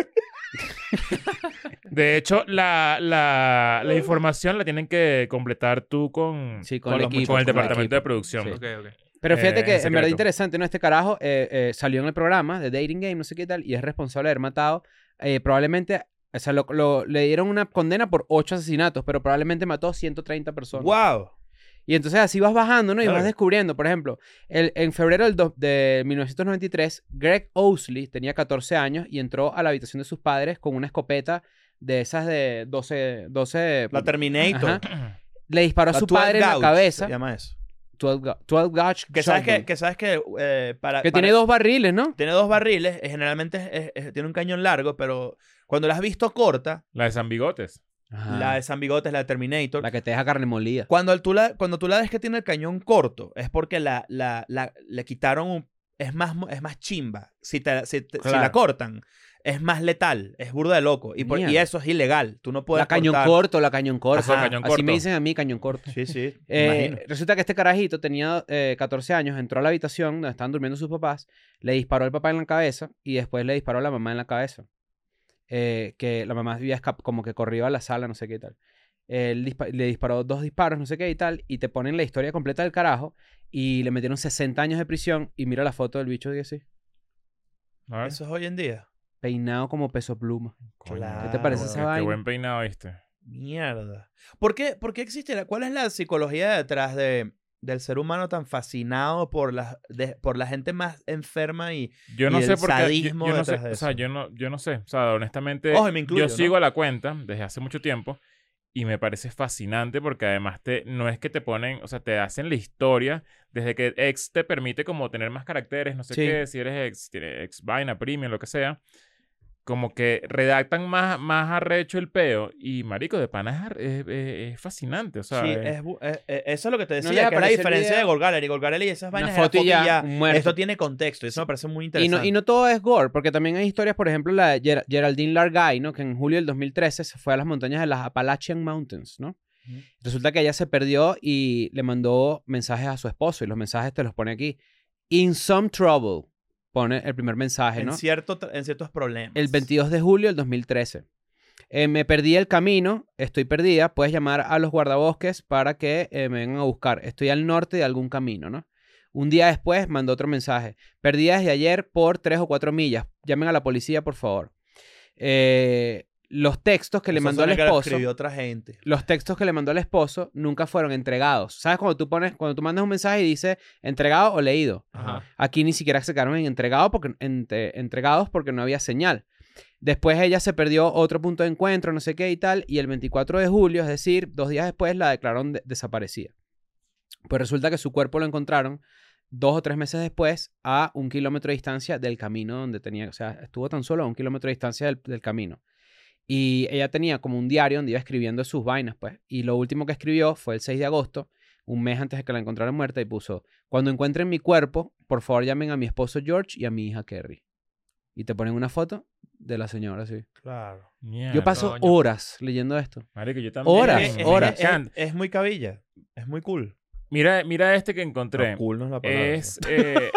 De hecho, la, la, la información la tienen que completar tú con, Sí, con, Con el los equipo. con el con departamento de equipo. producción. Sí. Ok, ok. Pero fíjate Eh, que en en verdad secreto. interesante, ¿no? Este carajo eh, eh, salió en el programa de Dating Game, no sé qué tal, y es responsable de haber matado eh, probablemente... O sea, lo, lo- le dieron una condena por ocho asesinatos, pero probablemente mató ciento treinta personas. ¡Wow! Y entonces así vas bajando, ¿no? Y Claro. vas descubriendo. Por ejemplo, el- en febrero del do- de mil novecientos noventa y tres, Greg Ousley tenía catorce años y entró a la habitación de sus padres con una escopeta de esas de doce... doce La Terminator. Ajá. Le disparó a La su twelve padre en la gauge, cabeza. Se llama eso. doce, ga- doce gauge Que sabes que, shotgun. que, sabes que, eh, para, Que para- tiene dos barriles, ¿no? tiene dos barriles. eh, Generalmente es- es- es- tiene un cañón largo, pero cuando la has visto corta, La de San Bigotes. Ajá. la de San Bigotes, la de Terminator, La que te deja carne molida. cuando tú la, cuando tú la ves que tiene el cañón corto, es porque la, la, la, le quitaron un... Es más, mo- es más chimba. Si, te, si, te- si Claro. la cortan, es más letal. Es burda de loco. Y, por- y Mierda. eso es ilegal. Tú no puedes La cañón cortar. corto, la cañón corto. Ajá, cañón Así corto. me dicen a mí, cañón corto. Sí, sí. Eh, imagino. resulta que este carajito tenía eh, catorce años, entró a la habitación donde estaban durmiendo sus papás, le disparó al papá en la cabeza y después le disparó a la mamá en la cabeza. Eh, que la mamá había escap- como que corrió a la sala, no sé qué tal. Él dispa- le disparó dos disparos, no sé qué y tal, y te ponen la historia completa del carajo, y le metieron sesenta años de prisión, y mira la foto del bicho y así, A ver. Eso es hoy en día. peinado como Peso Pluma. Coño, ¿Qué te parece qué- esa qué vaina? buen peinado, ¿viste? Mierda. ¿Por qué, por qué existe la, cuál es la psicología detrás de, del ser humano tan fascinado por la, de- por la gente más enferma y... Yo no Y sé el por qué. Yo, sadismo yo no sé, detrás de o sea, eso. yo no, yo no sé. O sea, honestamente, Ojo, y me incluyo, yo ¿no? sigo la cuenta desde hace mucho tiempo y me parece fascinante porque además te, no es que te ponen, o sea, te hacen la historia desde que X te permite como tener más caracteres, no sé Sí. qué, si eres X, tiene X vaina, premium, lo que sea. Como que redactan más, más arrecho el peo y marico de pana es, ar- es, es- es fascinante, o sea, Sí, es- es bu- eh, eh, eso es lo que te ¿No decía, les que es la aparece el diferencia de video? Gold Gallery. Gold Gallery y esas Una vainas era foto y ya, un muerto. Esto tiene contexto y eso me parece muy Y interesante. no, y no todo es gore, porque también hay historias, por ejemplo, la de Ger- Geraldine Largay, ¿no? Que en julio del dos mil trece se fue a las montañas de las Appalachian Mountains, ¿no? Ujú. Resulta que ella se perdió y le mandó mensajes a su esposo, y los mensajes te los pone aquí. In some trouble, pone el primer mensaje, en, ¿no? cierto, tra- en ciertos problemas. El veintidós de julio del dos mil trece. Eh, me perdí el camino, estoy perdida, puedes llamar a los guardabosques para que eh, me vengan a buscar. Estoy al norte de algún camino, ¿no? Un día después mandó otro mensaje. Perdí desde ayer por tres o cuatro millas. Llamen a la policía, por favor. Eh, los textos que le Eso mandó al suena que lo esposo... escribió otra gente. Los textos que le mandó al esposo nunca fueron entregados. ¿Sabes? Cuando tú pones, cuando tú mandas un mensaje y dice entregado o leído. Ajá. Aquí ni siquiera se quedaron en entregado porque, entre- entregados porque no había señal. Después ella se perdió otro punto de encuentro, no sé qué y tal, y el veinticuatro de julio, es decir, dos días después, la declararon de- desaparecida. Pues resulta que su cuerpo lo encontraron dos o tres meses después a un kilómetro de distancia del camino donde tenía, o sea, estuvo tan solo a un kilómetro de distancia del, del camino. Y ella tenía como un diario donde iba escribiendo sus vainas, pues. Y lo último que escribió fue el seis de agosto, un mes antes de que la encontraran muerta, y puso: cuando encuentren mi cuerpo, por favor llamen a mi esposo George y a mi hija Kerry. Y te ponen una foto de la señora así. Claro. Mierda. Yo paso coño. horas leyendo esto. Marico, yo también. Horas, Es, que- es- horas. es- es- es muy cabilla. Es muy cool. Mira, mira este que encontré. No, cool no es la palabra. Es eh,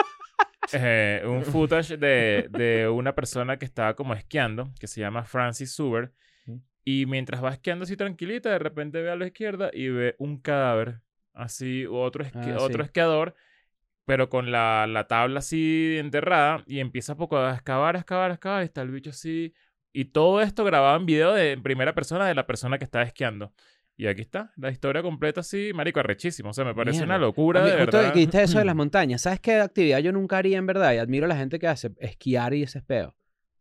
eh, un footage de, de una persona que estaba como esquiando, que se llama Francis Suber. Ujú. Y mientras va esquiando así tranquilita, de repente ve a la izquierda y ve un cadáver. Así, otro, esqui- Ah, otro sí. esquiador, pero con la, la tabla así enterrada. Y empieza poco a excavar, excavar, excavar. Y está el bicho así. Y todo esto grabado en video de en primera persona de la persona que estaba esquiando. Y aquí está, la historia completa así, marico, arrechísimo. O sea, me parece Mierda. una locura, A mí, de justo verdad. que dijiste eso de las montañas. ¿Sabes qué actividad yo nunca haría en verdad? Y admiro a la gente que hace esquiar y ese es peo.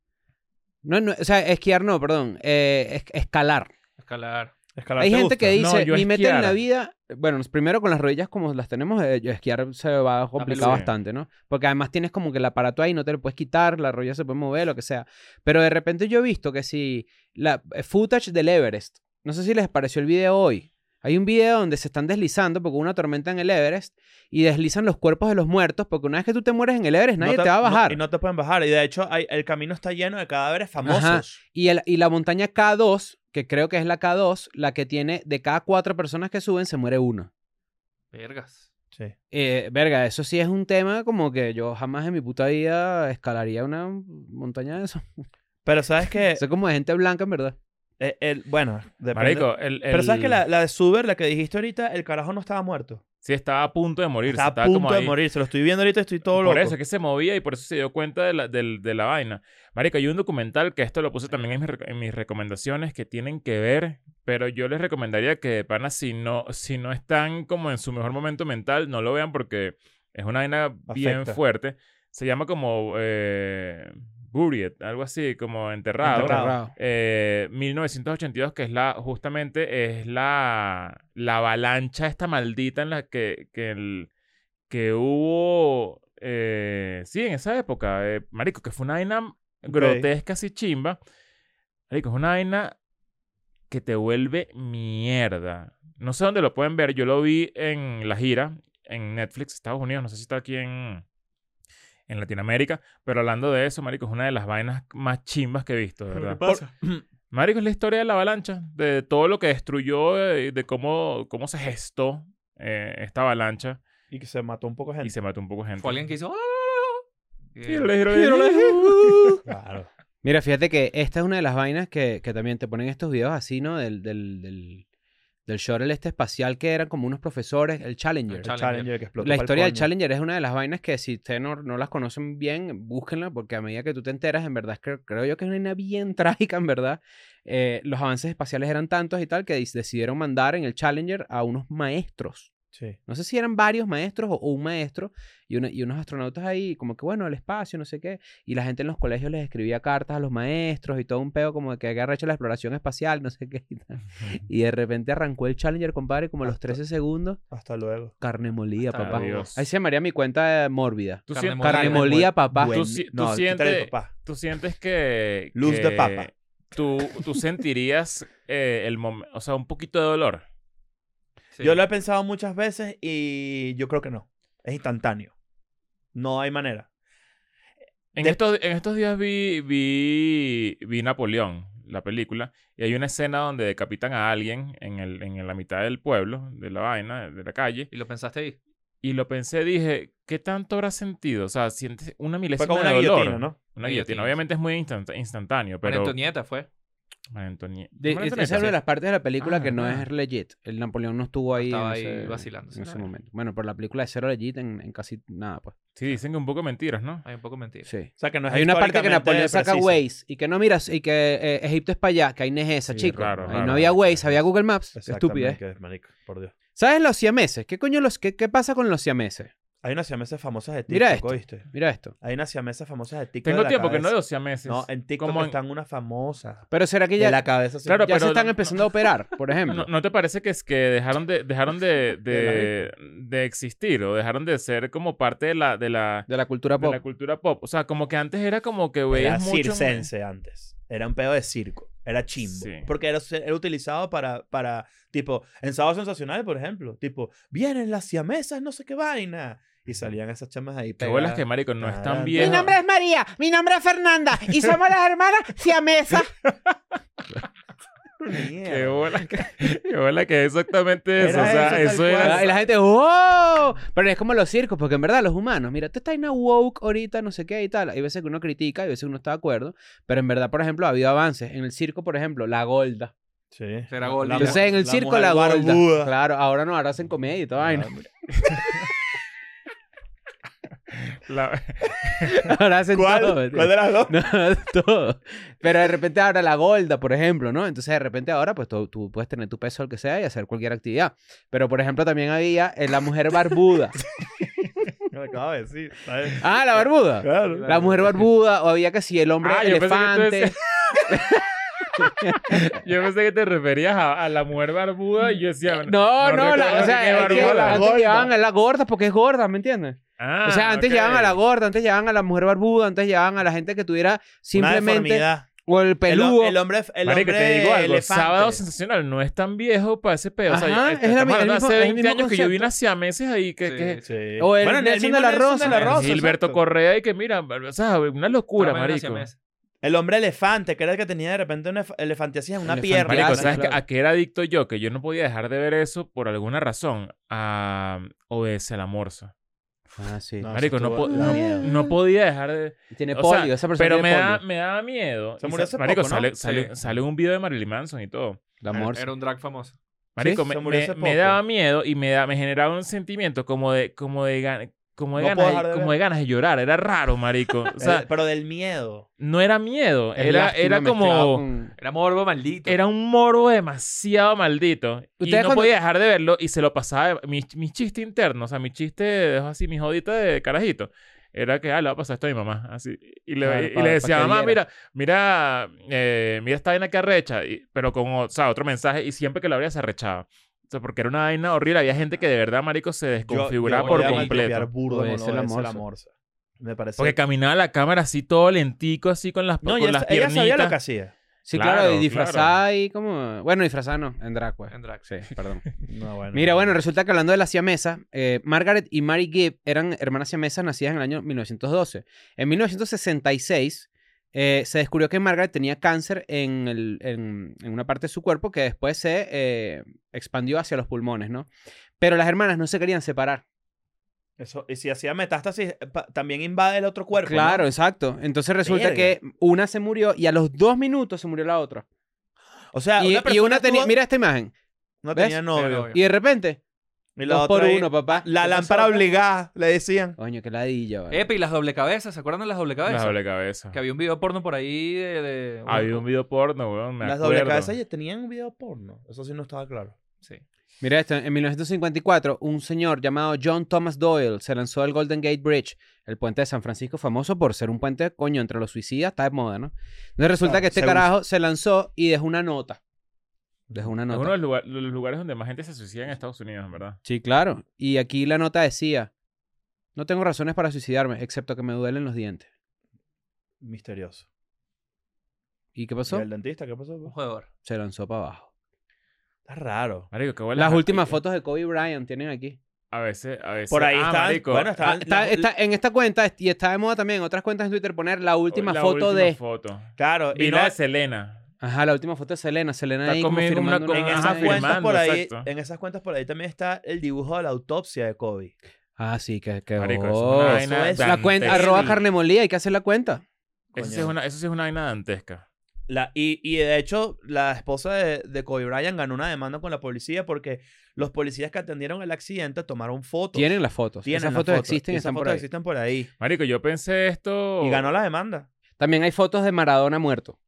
No, no, o sea, esquiar no, perdón. Eh, es- escalar. Escalar. Escalar Hay te gente gusta. que No, dice, yo mi meta en la esquiar. vida... Bueno, primero con las rodillas como las tenemos, eh, yo esquiar se va a complicar sí. bastante, ¿no? Porque además tienes como que el aparato ahí, no te lo puedes quitar, la rodilla se puede mover, lo que sea. Pero de repente yo he visto que si... La eh, footage del Everest. No sé si les pareció el video hoy. Hay un video donde se están deslizando porque hubo una tormenta en el Everest y deslizan los cuerpos de los muertos porque una vez que tú te mueres en el Everest nadie No te, va a no- bajar. y no te pueden bajar. Y de hecho, hay- el camino está lleno de cadáveres famosos. Ajá. Y, el- y la montaña K dos, que creo que es la K dos, la que tiene de cada cuatro personas que suben se muere una. Vergas. Sí. Eh, verga, eso sí es un tema como que yo jamás en mi puta vida escalaría una montaña de eso. Pero sabes que... Eso es como de gente blanca, en verdad. eh, el, bueno, depende. Marico, el, Pero sabes el- que la, la de Suber, la que dijiste ahorita, el carajo no estaba muerto. Sí, estaba a punto de morir. Estaba a estaba como punto de ahí. morir. Se lo estoy viendo ahorita y estoy todo Por loco. eso es que se movía y por eso se dio cuenta de la, del- de la vaina. Marico, hay un documental que esto lo puse también en, mis rec- en mis recomendaciones que tienen que ver, pero yo les recomendaría que de pana, si no, si no están como en su mejor momento mental, no lo vean porque es una vaina bien Afecta. fuerte. Se llama como eh, Buried, algo así, como enterrado. Enterrado. Enterrado. Eh, mil novecientos ochenta y dos, que es la, justamente es la, la avalancha esta maldita en la que, que, el, que hubo, eh, sí, en esa época, eh, marico, que fue una vaina grotesca, así chimba. Marico, es una vaina que te vuelve mierda. No sé dónde lo pueden ver, yo lo vi en la gira, en Netflix, Estados Unidos, no sé si está aquí en... en Latinoamérica, pero hablando de eso, marico, es una de las vainas más chimbas que he visto, de verdad. pasa? Marico, es la historia de la avalancha, de todo lo que destruyó, de, de cómo, cómo se gestó eh, esta avalancha Y que se mató un poco de gente. y se mató un poco de gente. Fue alguien que hizo... "Ah". Que- Gírale, gírale, gírale. Claro. Mira, fíjate que esta es una de las vainas que, que también te ponen estos videos así, ¿no? Del, del, del, del shuttle este espacial que eran como unos profesores, el Challenger. El El Challenger. Challenger que explotó La pa'l historia del coño. Challenger es una de las vainas que si ustedes no, no las conocen bien, búsquenla, porque a medida que tú te enteras, en verdad, es que creo yo que es una vaina bien trágica, en verdad. Eh, los avances espaciales eran tantos y tal que dis- decidieron mandar en el Challenger a unos maestros. Sí. No sé si eran varios maestros o, o un maestro y, una- y unos astronautas ahí, como que bueno, el espacio, no sé qué. Y la gente en los colegios les escribía cartas a los maestros y todo un peo como de que había hecho la exploración espacial, no sé qué. Y, tal. Y de repente arrancó el Challenger, compadre, como a los Hasta- trece segundos. Hasta luego. Carne molida, Hasta papá. Adiós. Ahí se llamaría mi cuenta eh, mórbida. Tú Carne sientes- molida. Carne Carne molida, mol- papá. Buen- Tú si- tú no, sientes- quítale el papá. Tú sientes que... Luz de que papa. Tú, tú sentirías eh, el momento, o sea, un poquito de dolor. Sí. Yo lo he pensado muchas veces y yo creo que no. Es instantáneo. No hay manera. En, De- estos, en estos días vi, vi, vi Napoleón, la película, y hay una escena donde decapitan a alguien en, el, en la mitad del pueblo, de la vaina, de la calle, ¿Y lo pensaste ahí? y lo pensé, dije, ¿qué tanto habrá sentido? O sea, sientes una Fue milésima como una de dolor. guillotina, ¿no? Una Una guillotina. guillotina, Obviamente es muy instant- instantáneo, María pero... Antonieta fue. María Antonieta. De- María es- Antonieta, esa es una de sí. las partes de la película Ah, que no ¿verdad? es legit. El Napoleón no estuvo ahí, Estaba en, ahí ese, vacilando, en ese claro. momento. Bueno, pero la película es cero legit en, en casi nada, pues. Sí, dicen que un poco mentiras, ¿no? Hay un poco mentira. Sí. O sea, que no es Hay una parte que históricamente Napoleón saca preciso. Waze y que no miras y que eh, Egipto es para allá, que hay nejeza, Sí, chico. raro, Ahí raro. no había Waze, había Google Maps. Qué estupidez. Exactamente, que es, marico, por Dios. ¿Sabes los siameses? ¿Qué coño los qué, qué pasa con los siameses? Hay unas siamesas famosas de TikTok, Mira esto. ¿oíste? Mira esto. Hay unas siamesas famosas de TikTok. Tengo de la tiempo que no cabeza. veo siameses. No, en TikTok Como en- están unas famosas. Pero será que De ya, la cabeza. sí. Claro, ya pero se están no- empezando a operar, por ejemplo? ¿No, ¿No te parece que es que dejaron de dejaron de, de, de existir o dejaron de ser como parte de la de la, De la cultura de pop. la cultura pop? O sea, como que antes era como que Era veías mucho... circense antes. Era un pedo de circo. Era chimbo. Sí. Porque era, era utilizado para, para, tipo, en Sábado Sensacional, por ejemplo. Tipo, vienen las siamesas, no sé qué vaina. Y salían esas chamas ahí Qué pegadas. bolas que, marico, no es tan Tarán, viejo. Mi nombre es María, mi nombre es Fernanda y somos las hermanas siamesas. Mierda. Qué bola que, qué bola que es exactamente eso. Era o sea, eso, tal eso cual. era... Y la gente, ¡wow! Pero es como los circos, porque en verdad los humanos, mira, tú estás en una woke ahorita, no sé qué y tal. Hay veces que uno critica, hay veces que uno está de acuerdo, pero en verdad, por ejemplo, ha habido avances. En el circo, por ejemplo, la Golda. Sí. Será Goldie. La- Entonces, en el la circo, mujer la Golda. barbuda. Claro, ahora no, ahora hacen comedia y toda vaina. la- Ahora hacen ¿Cuál? todo. ¿Cuál de las dos? No, todo. Pero de repente ahora la Golda, por ejemplo, ¿no? Entonces de repente ahora pues tú, tú puedes tener tu peso, el que sea, y hacer cualquier actividad. Pero por ejemplo también había eh, la mujer barbuda. Me acabo de decir. ¿sabes? Ah, la barbuda. Claro. La mujer barbuda, o había que si el hombre Ah, yo pensé que tú elefante. decías- Yo pensé que te referías a, a la mujer barbuda y yo decía... No, no, la, recuerdo o sea, qué es que barbuda. la antes gorda. llevaban a la gorda porque es gorda, ¿me entiendes? Ah, o sea, antes ok. llevaban a la gorda, antes llevaban a la mujer barbuda, antes llevaban a la gente que tuviera Una simplemente deformidad. o el El, peludo. el hombre, el Marico, hombre te digo algo, elefante. Sábado Sensacional no es tan viejo para ese pedo. O sea, Ajá, yo- es la- estamos el hablando mismo- hace es el veinte mismo años que yo vi concepto. unas siameses ahí que... Sí. que Sí. O el Bueno, Nelson mismo de la Nelson Rosa. de la El Rosa, Gilberto exacto. Correa y que mira, o sea, una locura, Estaba en una marico. siamesa. El hombre elefante, que era el que tenía de repente una elefantiasia en una Elefante. pierna. Marico, Gracias, ¿sabes claro. qué- a qué era adicto yo? Que yo no podía dejar de ver eso por alguna razón. A Obedece la Morsa. Ah, sí. No, Marico, eso no, estuvo- po- da no, miedo. no podía dejar de... Tiene o polio, sea, esa persona pero me, tiene da, polio. me daba miedo. Se Y murió sa- hace Marico, poco, ¿no? sale, sale, Sí. sale un video de Marilyn Manson y todo. La Era- morsa. Era un drag famoso. Marico, Se me, murió me- hace me poco. daba miedo y me, da, me generaba un sentimiento como de, como de, gan- como de, No ganas, puedo de, dejar de como ver. de ganas de llorar. Era raro, marico. O sea, El- pero del miedo. no era miedo. Es Era, lástima era mezclado como... con- Era morbo maldito. Era un morbo demasiado maldito. Y Ustedes no cuando- podía dejar de verlo y se lo pasaba. Mi, mi chiste interno, o sea, mi chiste, así, mi jodita de carajito, era que, ah, le va a pasar esto a mi mamá. Así. Y le, Claro, y pa- le pa decía, que mamá, viera. mira, mira, eh, mira esta vaina que arrecha. Y- pero con, o sea, otro mensaje. Y siempre que lo abría se arrechaba. O sea, porque era una vaina horrible. Había gente que de verdad, marico, se desconfiguraba por completo. Burdo Obedece con la Obedece morsa. morsa. Me parece. Porque caminaba la cámara así todo lentico, así con las, no, con ella, las ella sabía lo que piernitas. hacía. Sí, Claro, claro, y disfrazada y como... Bueno, disfrazada no, en drag, pues. En drag. Sí, perdón. No, bueno. Mira, bueno, resulta que hablando de las siamesas, eh, Margaret y Mary Gibb eran hermanas siamesas nacidas en el año mil novecientos doce. En mil novecientos sesenta y seis eh, se descubrió que Margaret tenía cáncer en, el- en- en una parte de su cuerpo que después se eh, expandió hacia los pulmones, ¿no? Pero las hermanas no se querían separar. Eso, y si hacía metástasis, pa- también invade el otro cuerpo. Claro, ¿no? exacto. Entonces resulta Verga. que una se murió y a los dos minutos se murió la otra. O sea, y, una y persona una tenía... tuvo- Mira esta imagen. No ¿Ves? tenía novio. novio. Y de repente, Y la dos por otra ahí, uno, papá. La ¿Qué lámpara pasó? obligada, le decían. Coño, qué ladilla, vale. Epa, y las doble cabezas, ¿se acuerdan de las doble La cabezas? doble cabeza. Que había un video porno por ahí de... de- Había un video porno, weón, me Las acuerdo. doble cabezas ya tenían un video porno. Eso sí no estaba claro. Sí. Mira esto, en mil novecientos cincuenta y cuatro, un señor llamado John Thomas Doyle se lanzó al Golden Gate Bridge, el puente de San Francisco, famoso por ser un puente, coño, entre los suicidas, está de moda, ¿no? Entonces resulta Claro, que este se carajo se lanzó y dejó una nota. Dejó una Es nota. uno de los, lugar- los lugares donde más gente se suicida en Estados Unidos, en verdad. Sí, claro. Y aquí la nota decía, no tengo razones para suicidarme, excepto que me duelen los dientes. Misterioso. ¿Y qué ¿Y pasó? el dentista qué pasó? Un jugador. Se lanzó para abajo. Está raro. Marico, qué buena Las ja- últimas y- fotos de Kobe Bryant tienen aquí. A veces, a veces. Por ahí ah, está. marico, Bueno, Ah, está. está- está- en esta cuenta, y está de moda también en otras cuentas en Twitter, poner la última la foto última de... foto. Claro. Vi Y la no, de Selena. Ajá, la última foto de Selena. Selena Está ahí como conmigo en una firmando co- en una- Ajá, esas cuentas firmando, por ahí, exacto. en esas cuentas por ahí también está el dibujo de la autopsia de Kobe. Ah, sí, que... que Marico, eso es oh, una eso vaina es- la cuenta, dantesca. arroba carne molida, hay que hacer la cuenta. Eso sí, Coño. es una, eso sí es una vaina dantesca. La, y, y de hecho, la esposa de, de Kobe Bryant ganó una demanda con la policía porque los policías que atendieron el accidente tomaron fotos. Tienen las fotos. Tienen Esas las fotos fotos, existen y esas están por fotos ahí. existen por ahí. Marico, yo pensé esto... Y ganó la demanda. También hay fotos de Maradona muerto.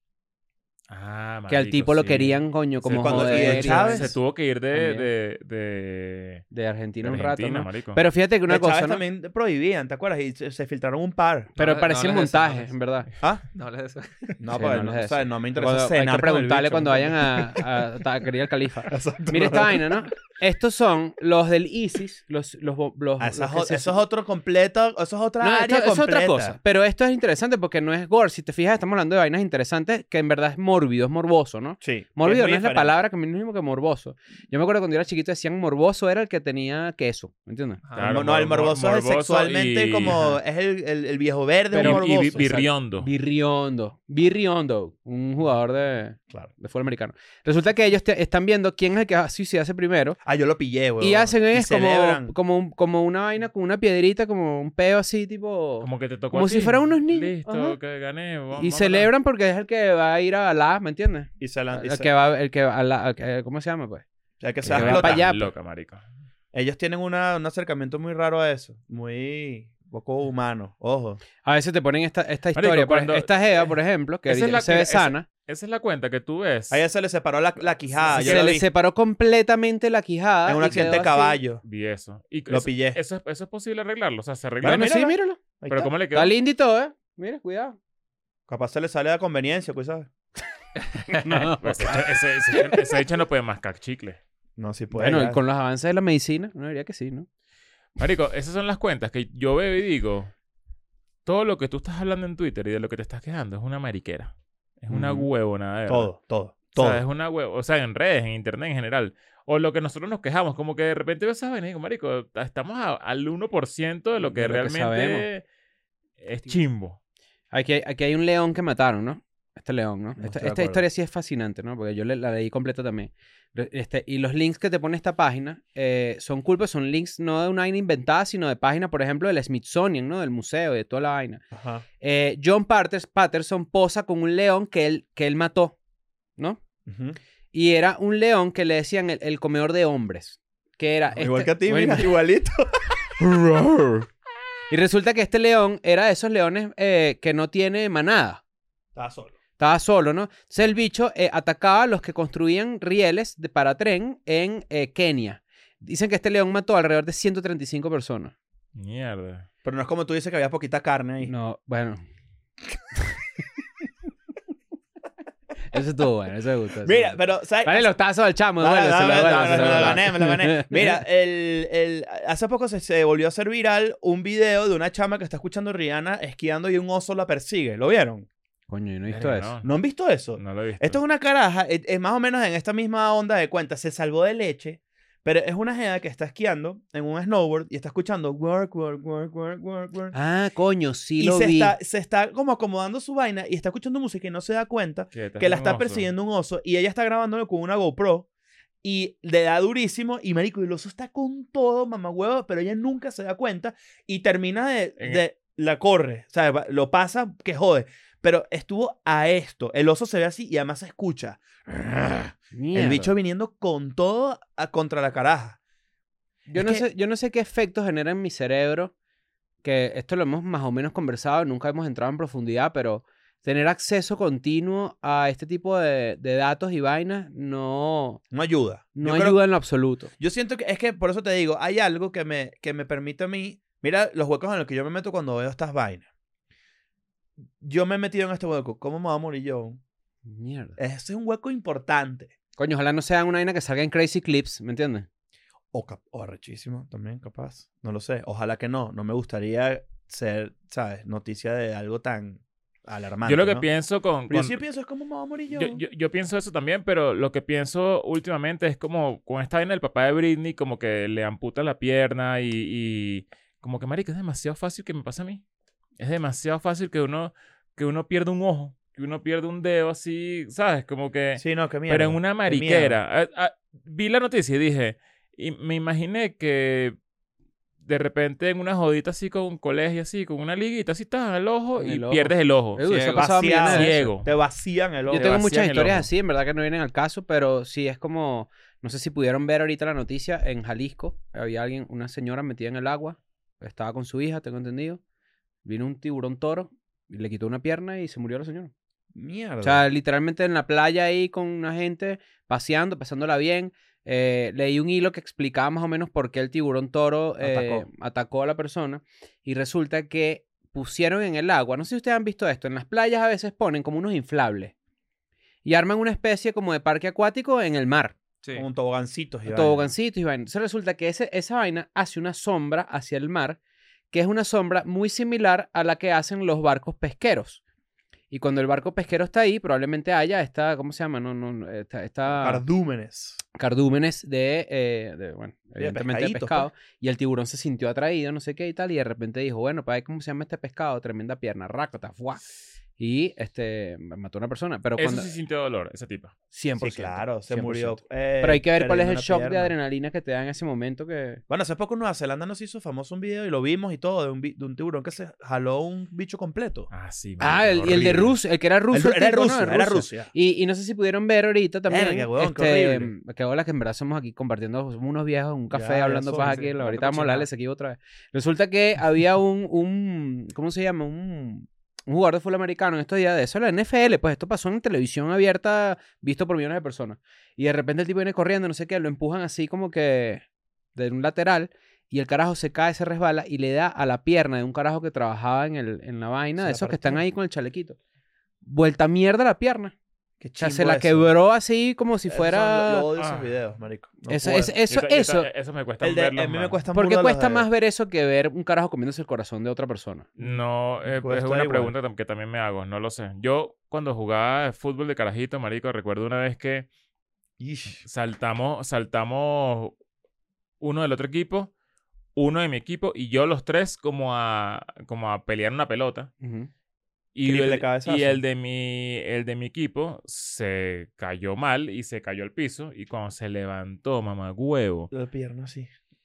Ah, Que al marico, tipo lo sí. querían, coño, como Se- cuando- joder. y de y Chávez, vaina. Se tuvo que ir de... También. de, de, De Argentina de un rato, Argentina, ¿no? marico. Pero fíjate que una De cosa, Chávez ¿no? también prohibían, ¿te acuerdas? Y se, se filtraron un par. Pero No, parecía no hables de eso, no montaje, hables de en verdad. ¿Ah? No hables de eso. No, Sí, pues, no no, les o sea, des- no me interesa Cuando- hay cenar que con el preguntarle bicho, cuando ¿no? vayan a, a, a querer al califa. Exacto. Mira esta vaina, ¿no? Estos son los del ISIS, los... los, bo- los, Ah, esa los es que o- se- eso es otro completo, eso es otra No, área esto- es otra completa. cosa. Pero esto es interesante porque no es gore. Si te fijas, estamos hablando de vainas interesantes que en verdad es mórbido, es morboso, ¿no? Sí. Mórbido muy no es la diferente. palabra que mismo que morboso. Yo me acuerdo cuando yo era chiquito decían morboso era el que tenía queso, ¿me entiendes? Ajá. Claro, no, no, el mor- morboso, mor- es morboso sexualmente y- como... ajá. Es el, el, el viejo verde, Pero- un Y- y morboso. vi- birriondo. Birriondo. Birriondo, un jugador de, Claro. de fútbol americano. Resulta que ellos te- están viendo quién es el que va a suicidarse primero. Ah, yo lo pillé, güey. Y hacen es como, celebran. como, un- como una vaina con una piedrita, como un peo así, tipo... Como que te tocó Como a si ti. fueran unos niños. Listo, Ajá. que gané. vamos- y vámonos. celebran porque es el que va a ir a Alá, ¿me entiendes? Y se la... y El se- que va, el que va a Alá, el que- ¿cómo se llama, pues? o sea, que el se que va a va explotar. para allá, Estás pues. loca, marico. Ellos tienen una, un acercamiento muy raro a eso. Muy... poco humano. Ojo. A veces te ponen esta, esta Marico, historia. por ej- cuando- esta Jeva, por ejemplo, que Esa es ahorita la- se ve mira, esa- sana, Esa es la cuenta que tú ves. A ella se le separó la, la quijada. Sí, yo se lo le vi. separó completamente la quijada. En un y accidente de quedó así. caballo. Vi eso. Y Lo eso, pillé. Eso, es- eso es posible arreglarlo. O sea, se arregla. Bueno, sí, mírala. míralo. Ahí Pero está. ¿cómo le quedó? Está lindo y todo, ¿eh? Mira, cuidado. Capaz se le sale a conveniencia, pues, ¿sabes? No. Pues ese, ese, ese, ese hecho no puede mascar chicle. No, sí puede. Bueno, ya. y con los avances de la medicina, uno diría que sí, ¿no? Marico, esas son las cuentas que yo veo y digo, todo lo que tú estás hablando en Twitter y de lo que te estás quejando es una mariquera. Es una Ujú. huevonada de verdad. Todo, todo, O todo. sea, es una huevo. O sea, en redes, en internet en general. O lo que nosotros nos quejamos, como que de repente veo esas vainas y digo, marico, estamos a- al uno por ciento de lo que De lo que realmente es chimbo. Aquí hay, aquí hay un león que mataron, ¿no? Este león, ¿no? No Esta, estoy de esta acuerdo. historia sí es fascinante, ¿no? Porque yo le- la leí completa también. Re- Este, y los links que te pone esta página eh, son culpas, son links no de una vaina inventada, sino de página, por ejemplo, del Smithsonian, ¿no? Del museo y de toda la vaina. Ajá. Eh, John Patterson, Patterson posa con un león que él, que él mató, ¿no? Ujú. Y era un león que le decían el, el comedor de hombres. Que era Igual este- que a ti, Bueno, mira, igualito. Y resulta que este león era de esos leones eh, que no tiene manada. Estaba solo. Estaba solo, ¿no? Entonces el bicho eh, atacaba a los que construían rieles de, para tren en eh, Kenia. Dicen que este león mató alrededor de ciento treinta y cinco personas. Mierda. Pero no es como tú dices que había poquita carne ahí. No, bueno. Eso estuvo bueno, eso me gustó. eso me Mira, gustó. pero, ¿sabes? Dale los tazos al chamo, Dale, devuélveselo, dale, dale, devuélveselo, me lo devuélveselo. gané, me lo gané. Mira, el, el, hace poco se, se volvió a hacer viral un video de una chama que está escuchando Rihanna esquiando y un oso la persigue. ¿Lo vieron? Coño, yo no he visto Verga, eso. ¿No han visto eso? No lo he visto. Esto es una caraja, es, es más o menos en esta misma onda de cuenta. Se salvó de leche, pero es una jeva que está esquiando en un snowboard y está escuchando work, work, work, work, work, work. Ah, coño, sí y lo se vi. está, se está como acomodando su vaina y está escuchando música y no se da cuenta ¿Qué, te que la haces un está oso? persiguiendo un oso y ella está grabándolo con una GoPro y le da durísimo y marico, y el oso está con todo, mamagüevo, pero ella nunca se da cuenta y termina de, En- de la corre, o sea, va- lo pasa que jode, Pero estuvo a esto. El oso se ve así y además se escucha. Mierda. El bicho viniendo con todo a- contra la caraja. Yo Es no, que- sé, yo no sé qué efectos genera en mi cerebro, que esto lo hemos más o menos conversado, nunca hemos entrado en profundidad, pero tener acceso continuo a este tipo de, de datos y vainas no, No ayuda. no Yo ayuda creo- en lo absoluto. Yo siento que es que por eso te digo, hay algo que me, que me permite a mí. Mira los huecos en los que yo me meto cuando veo estas vainas. Yo me he metido en este hueco. ¿Cómo me va a morir yo? Mierda. Ese es un hueco importante. Coño, ojalá no sea una vaina que salga en Crazy Clips, ¿me entiendes? O, cap- o arrechísimo también, capaz. No lo sé. Ojalá que no. No me gustaría ser, ¿sabes? Noticia de algo tan alarmante. Yo lo que ¿no? pienso con... Pero yo con- sí pienso es cómo me va a morir yo. Yo, yo, yo pienso eso también, pero lo que pienso últimamente es como con esta vaina del papá de Britney, como que le amputa la pierna y, y como que, marica, es demasiado fácil que me pase a mí. Es demasiado fácil que uno, que uno pierda un ojo, que uno pierda un dedo así, ¿sabes? Como que... Sí, no, qué mierda. pero en una qué miedo. mariquera. Ah, ah, vi la noticia y dije, y me imaginé que de repente en una jodita así con un colegio así, con una liguita así, estás al ojo En y el ojo. pierdes el ojo. Edu, eso ha Ciego. pasado millones de veces. Ciego. Te vacían el ojo. Yo tengo vacían muchas el historias ojo. así, en verdad que no vienen al caso, pero sí es como, no sé si pudieron ver ahorita la noticia, en Jalisco había alguien, una señora metida en el agua, estaba con su hija, tengo entendido, vino un tiburón toro y le quitó una pierna y se murió la señora. Mierda. O sea, literalmente en la playa ahí con una gente paseando, pasándola bien. Eh, leí un hilo que explicaba más o menos por qué el tiburón toro eh, Atacó. atacó a la persona. Y resulta que pusieron en el agua, no sé si ustedes han visto esto, en las playas a veces ponen como unos inflables. Y arman una especie como de parque acuático en el mar. Sí. Con tobogancitos y vaina. Tobogancitos y vaina. Entonces resulta que ese, esa vaina hace una sombra hacia el mar, que es una sombra muy similar a la que hacen los barcos pesqueros. Y cuando el barco pesquero está ahí, probablemente haya esta, ¿cómo se llama? No, no, no, esta, esta Cardúmenes. cardúmenes de, eh, de, bueno, de evidentemente de pescaditos, pescado. Y el tiburón se sintió atraído, no sé qué y tal, y de repente dijo, bueno, para ver cómo se llama este pescado, tremenda pierna, rácata, fuá. Y este, mató a una persona. Pero Eso cuando, sí sintió dolor, esa tipa. cien por Sí, ciento. claro, se cien por murió. ciento. eh, Pero hay que ver cuál es perdiendo el una shock de pierna. adrenalina que te da en ese momento que... Bueno, hace poco en Nueva Zelanda nos hizo famoso un video y lo vimos y todo, de un, bi- de un tiburón que se jaló un bicho completo. Ah, sí. Ah, marico, el, y el de horrible. Rusia, el que era ruso. El- el era tipo, ¿no? Rusia, De era Rusia. Y, y no sé si pudieron ver ahorita también. Verga, huevón, qué este, horrible. que bolas que en verdad somos aquí compartiendo, somos unos viejos en un café Ya, ya hablando somos, paja sí, aquí. hablando Ahorita vamos a hablarles aquí otra vez. Resulta que había un, un ¿cómo se llama? Un, un jugador de fútbol americano en estos días de eso, la N F L, pues esto pasó en televisión abierta, visto por millones de personas. Y de repente el tipo viene corriendo, no sé qué, lo empujan así como que de un lateral. Y el carajo se cae, se resbala y le da a la pierna de un carajo que trabajaba en, el, en la vaina, Se de la esos que están partió. ahí con el chalequito. Vuelta mierda la pierna. Qué O sea, se chimbo la eso. quebró así como si Esos fuera... son- Yo, yo odio Ah. esos videos, marico. No Eso, puedo. es- eso, Yo ta- yo ta- eso. eso me cuesta El de, verlos a mí me más. cuesta Porque burda los cuesta de- más ver eso que ver un carajo comiéndose el corazón de otra persona. No, eh, es Cuesta una igual. pregunta tam- que también me hago, no lo sé. Yo cuando jugaba fútbol de carajito, marico, recuerdo una vez que Ish. saltamos, saltamos uno del otro equipo, uno de mi equipo y yo los tres como a, como a pelear una pelota. Ujú. Y Triple el, cabezazo. y el de mi el de mi equipo se cayó mal y se cayó al piso y cuando se levantó, mamá huevo, La pierna, sí.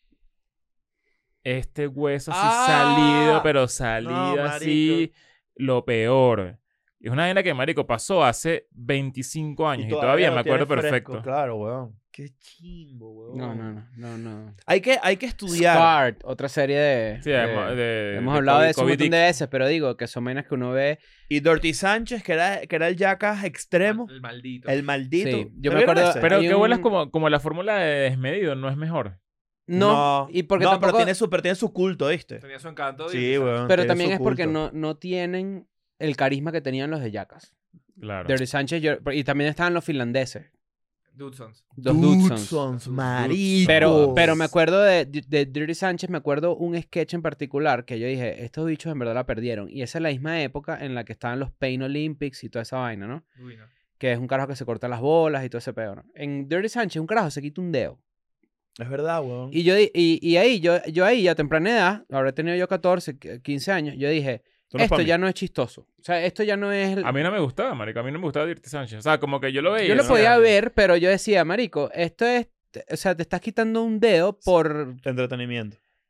este hueso así ¡Ah! salido, pero salido No, así, lo peor. Y es una vaina que, marico, pasó hace veinticinco años y, todavía, me lo acuerdo tienes perfecto. fresco, claro, weón. Qué chimbo, weón. No, no, no, no, no. Hay que, hay que estudiar. Scarred, otra serie de... Sí, de- hemos, de- hemos de hablado Kobe- de eso un Kobe montón Dick. de veces, pero digo que son vainas que uno ve... Y Dirty Sánchez, que era, que era el Jackass extremo, El maldito. el maldito. Sí, yo ¿Se me vieron acuerdo- ese? Pero Hay qué un- vuelas como, como la fórmula de desmedido, ¿no es mejor? No, y porque no, tampoco... pero tiene su, pero tiene su culto, ¿viste? Tenía su encanto. Sí, y- weón. Pero tiene también su es porque culto. no, no tienen el carisma que tenían los de Jackass. Claro. Dirty Sánchez, yo- y también estaban los finlandeses, Dudesons. los Dudesons. Dudesons, marico. Pero, pero me acuerdo de, de Dirty Sánchez, me acuerdo un sketch en particular que yo dije, estos bichos en verdad la perdieron. Y esa es la misma época en la que estaban los Pain Olympics y toda esa vaina, ¿no? Uy, no. Que es un carajo que se corta las bolas y todo ese pedo, ¿no? En Dirty Sánchez, un carajo se quita un dedo. Es verdad, weón. Y yo di- y, y ahí, yo, yo ahí, a temprana edad, habré tenido yo catorce, quince años, yo dije, Tú no es esto pa' mí. ya no es chistoso. O sea, esto ya no es... el- A mí no me gustaba, marico. A mí no me gustaba Dirty Sánchez. O sea, como que yo lo veía. Yo lo ¿no? podía ver, pero yo decía, marico, esto es... O sea, te estás quitando un dedo por... Entretenimiento.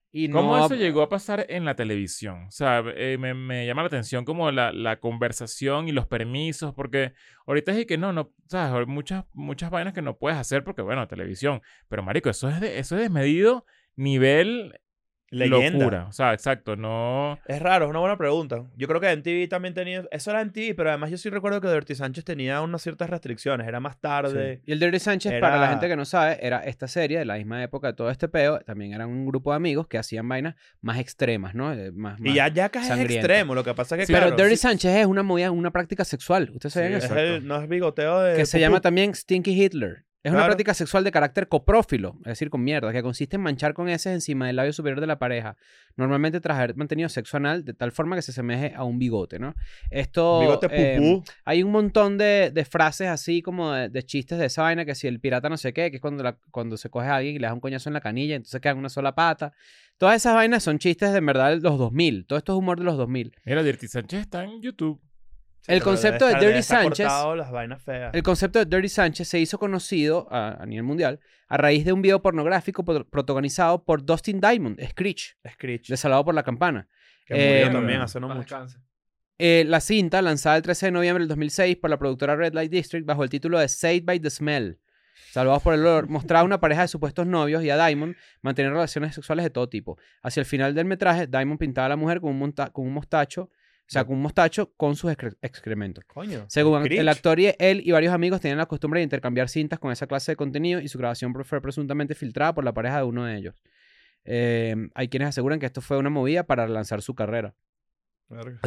Y ¿Cómo no, eso llegó a pasar en la televisión? O sea, eh, me, me llama la atención como la, la conversación y los permisos, porque ahorita es de que no, no, ¿sabes? Hay muchas, muchas vainas que no puedes hacer porque, bueno, televisión. Pero, marico, eso es, de, eso es desmedido nivel Leyenda. locura. O sea, exacto, no... Es raro, es una buena pregunta. Yo creo que M T V también tenía... Eso era M T V, pero además yo sí recuerdo que Dirty Sánchez tenía unas ciertas restricciones. Era más tarde. Y el Dirty Sánchez, Era- para la gente que no sabe, era esta serie de la misma época de todo este peo. También eran un grupo de amigos que hacían vainas más extremas, ¿no? Eh, Más, Y más ya, ya casi es sangrientas. extremo. Lo que pasa es que, Sí, Pero claro... Dirty sí- Sánchez es una movida, una práctica sexual. ¿Ustedes Sí, sabían es eso? el- no es bigoteo de... Que se pupú. llama también Stinky Hitler. Es una Claro. práctica sexual de carácter coprófilo, es decir, con mierda, que consiste en manchar con heces encima del labio superior de la pareja, normalmente tras haber mantenido sexo anal de tal forma que se asemeje a un bigote, ¿no? Esto... Bigote eh, pupú. hay un montón de, de frases así como de, de chistes de esa vaina, que si el pirata no sé qué, que es cuando, la- cuando se coge a alguien y le da un coñazo en la canilla, entonces queda en una sola pata. Todas esas vainas son chistes de en verdad de los dos mil. Todo esto es humor de los dos mil. Mira, Dirty Sánchez está en YouTube. Sí, el pero concepto debe de estar- Dirty debe estar Sánchez- cortado las vainas feas. El concepto de Dirty Sánchez se hizo conocido a, a nivel mundial a raíz de un video pornográfico pro- protagonizado por Dustin Diamond, Screech, Screech. de Salado por la Campana. Que murió eh, también hace no Paz mucho. descanse. Eh, la cinta, lanzada el trece de noviembre del dos mil seis por la productora Red Light District bajo el título de Saved by the Smell, Salvados por el olor, mostraba una pareja de supuestos novios y a Diamond mantener relaciones sexuales de todo tipo. Hacia el final del metraje, Diamond pintaba a la mujer con un, monta- con un mostacho, o sea, con un mostacho con sus excre- excrementos. Coño. Según Screech. el actor, y él y varios amigos tenían la costumbre de intercambiar cintas con esa clase de contenido y su grabación fue presuntamente filtrada por la pareja de uno de ellos. Eh, hay quienes aseguran que esto fue una movida para lanzar su carrera. Verga.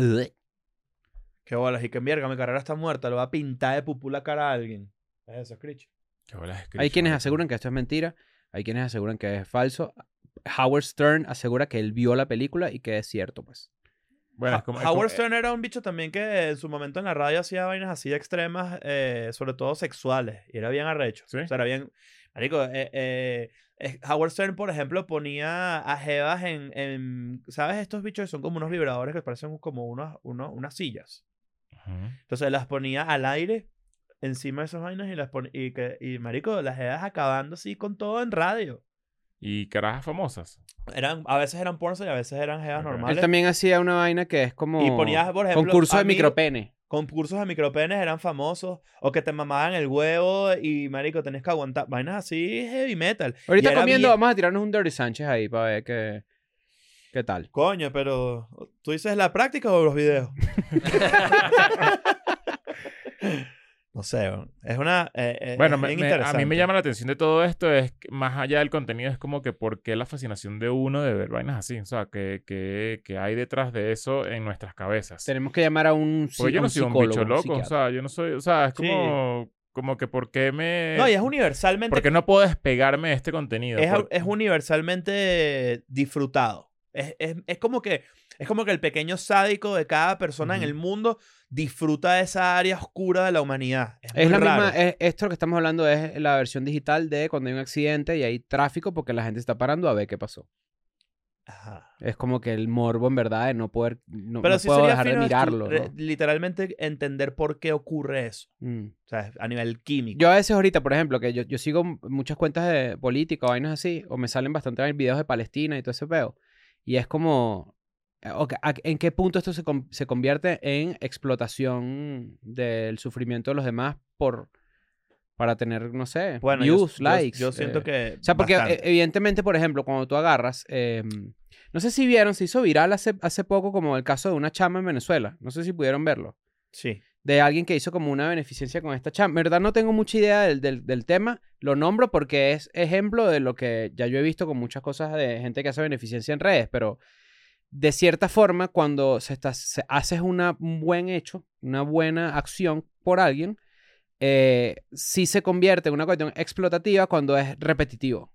Qué bolas. Y que mierda, mi carrera está muerta. Le va a pintar de pupú la cara a alguien. Es eso, Screech. Qué bolas, Screech, Hay quienes marico. aseguran que esto es mentira, hay quienes aseguran que es falso. Howard Stern asegura que él vio la película y que es cierto, pues. Bueno, es Ha- como... es Howard como- Stern era un bicho también que en su momento en la radio hacía vainas así extremas, eh, sobre todo sexuales. Y era bien arrecho. ¿Sí? O sea, era bien... Marico, eh, eh, eh, Howard Stern, por ejemplo, ponía a jevas en, en... ¿Sabes? Estos bichos que son como unos vibradores que parecen como unos, unos, unas sillas. Ujú. Entonces las ponía al aire encima de esas vainas y las ponía... Y, que, y marico, las jevas acabando así con todo en radio. Y carajas famosas. Eran, a veces eran pornos y a veces eran jevas Ok. normales. Él también hacía una vaina que es como Y ponías, por ejemplo, concurso de amigos- micropene. Concursos de micropenes eran famosos. O que te mamaban el huevo y, marico, tenés que aguantar. Vainas así heavy metal. Y Ahorita era comiendo, bien- vamos a tirarnos un Dirty Sánchez ahí para ver qué, qué tal. Coño, pero... ¿Tú dices la práctica o los videos? No sé, weón. es una... eh, eh, Bueno, es me- bien me- a mí interesante. me llama la atención de todo esto, es que más allá del contenido, es como que por qué la fascinación de uno de ver vainas así. O sea, que, que, que hay detrás de eso en nuestras cabezas. Tenemos que llamar a un, Porque psi- yo a no un soy un psicólogo, bicho un loco. O psiquiatra. sea, yo no soy... O sea, es Sí. como... Como que por qué me... No, y es universalmente... ¿Por qué no puedo despegarme de este contenido? es, Por- es universalmente disfrutado. Es, es, es como que, es como que el pequeño sádico de cada persona en Ujú. el mundo disfruta de esa área oscura de la humanidad. Es, Es muy la raro. misma, es- esto que estamos hablando es la versión digital de cuando hay un accidente y hay tráfico porque la gente está parando a ver qué pasó. Ajá. Es como que el morbo en verdad de no poder, no, Pero no sí puedo sería dejar de fino estu- mirarlo. re- ¿no? literalmente entender por qué ocurre eso. Mm. O sea, a nivel químico. Yo a veces ahorita, por ejemplo, que yo, yo sigo m- muchas cuentas de política o vainas así, o me salen bastante videos de Palestina y todo ese peo. Y es como, eh, ok, ¿a- ¿en qué punto esto se, con- se convierte en explotación del sufrimiento de los demás por, para tener, no sé, Bueno, yo- views, yo, likes? yo siento eh, que. O sea, porque bastante. eh, evidentemente, por ejemplo, cuando tú agarras, eh, no sé si vieron, se hizo viral hace, hace poco como el caso de una chama en Venezuela, no sé si pudieron verlo, Sí. de alguien que hizo como una beneficencia con esta chama. En verdad no tengo mucha idea del, del, del tema, lo nombro porque es ejemplo de lo que ya yo he visto con muchas cosas de gente que hace beneficencia en redes, pero de cierta forma cuando se está, se haces una, un buen hecho, una buena acción por alguien, eh, sí se convierte en una cuestión explotativa cuando es repetitivo.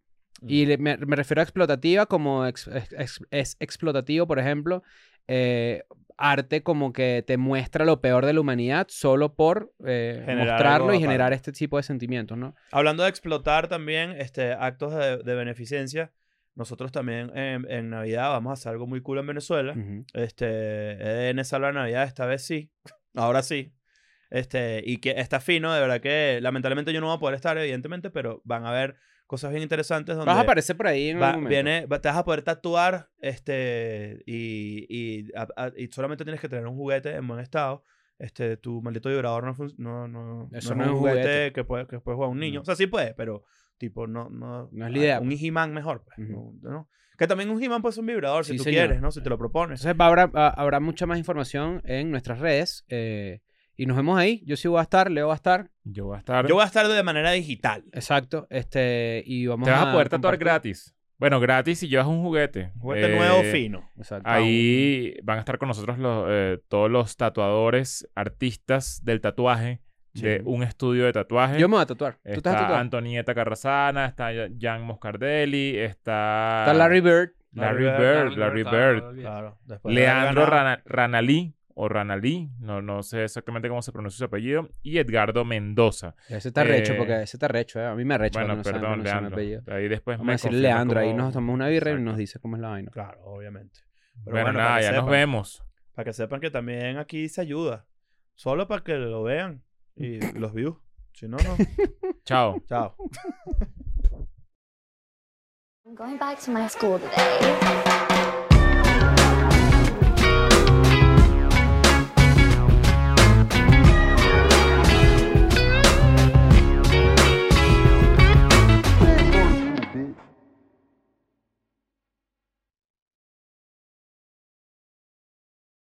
Y le- me, me refiero a explotativa como ex- ex- ex- es explotativo, por ejemplo, eh, arte como que te muestra lo peor de la humanidad solo por eh, Generar mostrarlo algo y generar aparte. este tipo de sentimientos, ¿no? Hablando de explotar también este, actos de, de beneficencia, nosotros también en, en Navidad vamos a hacer algo muy cool en Venezuela. Ujú. Este, E D N salva la Navidad, esta vez sí. Ahora sí. Este, y que está fino, de verdad que lamentablemente yo no voy a poder estar, evidentemente, pero van a ver cosas bien interesantes donde Vas a aparecer por ahí en va- algún momento. viene, va- te vas a poder tatuar este, y, y, a- a- y solamente tienes que tener un juguete en buen estado. Este, tu maldito vibrador no, fun- no, no, Eso no no es un es un juguete, juguete. que puede, que puede jugar un niño. No. O sea, sí puede, pero tipo, no, no, No es la idea, Un pues. He-Man mejor. Pues, Ujú. no- ¿no? Que también un He-Man puede ser un vibrador si Sí, tú señor. quieres, ¿no? Si te lo propones. Entonces va- habrá, ha- habrá mucha más información en nuestras redes. eh, y nos vemos ahí. Yo sí voy a estar, Leo va a estar. Yo voy a estar... Yo voy a estar de manera digital. Exacto. Este, y vamos Te vas a poder tatuar compartir. gratis. Bueno, gratis si llevas un juguete. Un juguete Eh, nuevo, fino. Exacto. Ahí van a estar con nosotros los, eh, todos los tatuadores, artistas del tatuaje, Sí. de un estudio de tatuaje. Yo me voy a tatuar. ¿Tú estás Está tatuado? Antonieta Carrasana, está Jan Moscardelli, está... Está Larry Bird. Larry Larry Bird, Larry Larry Bird, Bird. Claro. Después de haber Leandro ganado- Rana- Ranalí, o Ranalí, no, no sé exactamente cómo se pronuncia su apellido, y Edgardo Mendoza. Ese está recho, Eh, porque ese está recho, ¿eh? A mí me recho. Bueno, no saben perdón, pronunciar mi Leandro. apellido. Ahí después Vamos me a decirle confirma Leandro, ahí cómo- nos tomamos una birra y Exacto. nos dice cómo es la vaina. Claro, obviamente. Pero Bueno, bueno, para nada, que ya nos sepan, vemos. Para que sepan que también aquí se ayuda. Solo para que lo vean. Y los views. Si no, no. Chao. Chao. I'm going back to my school today.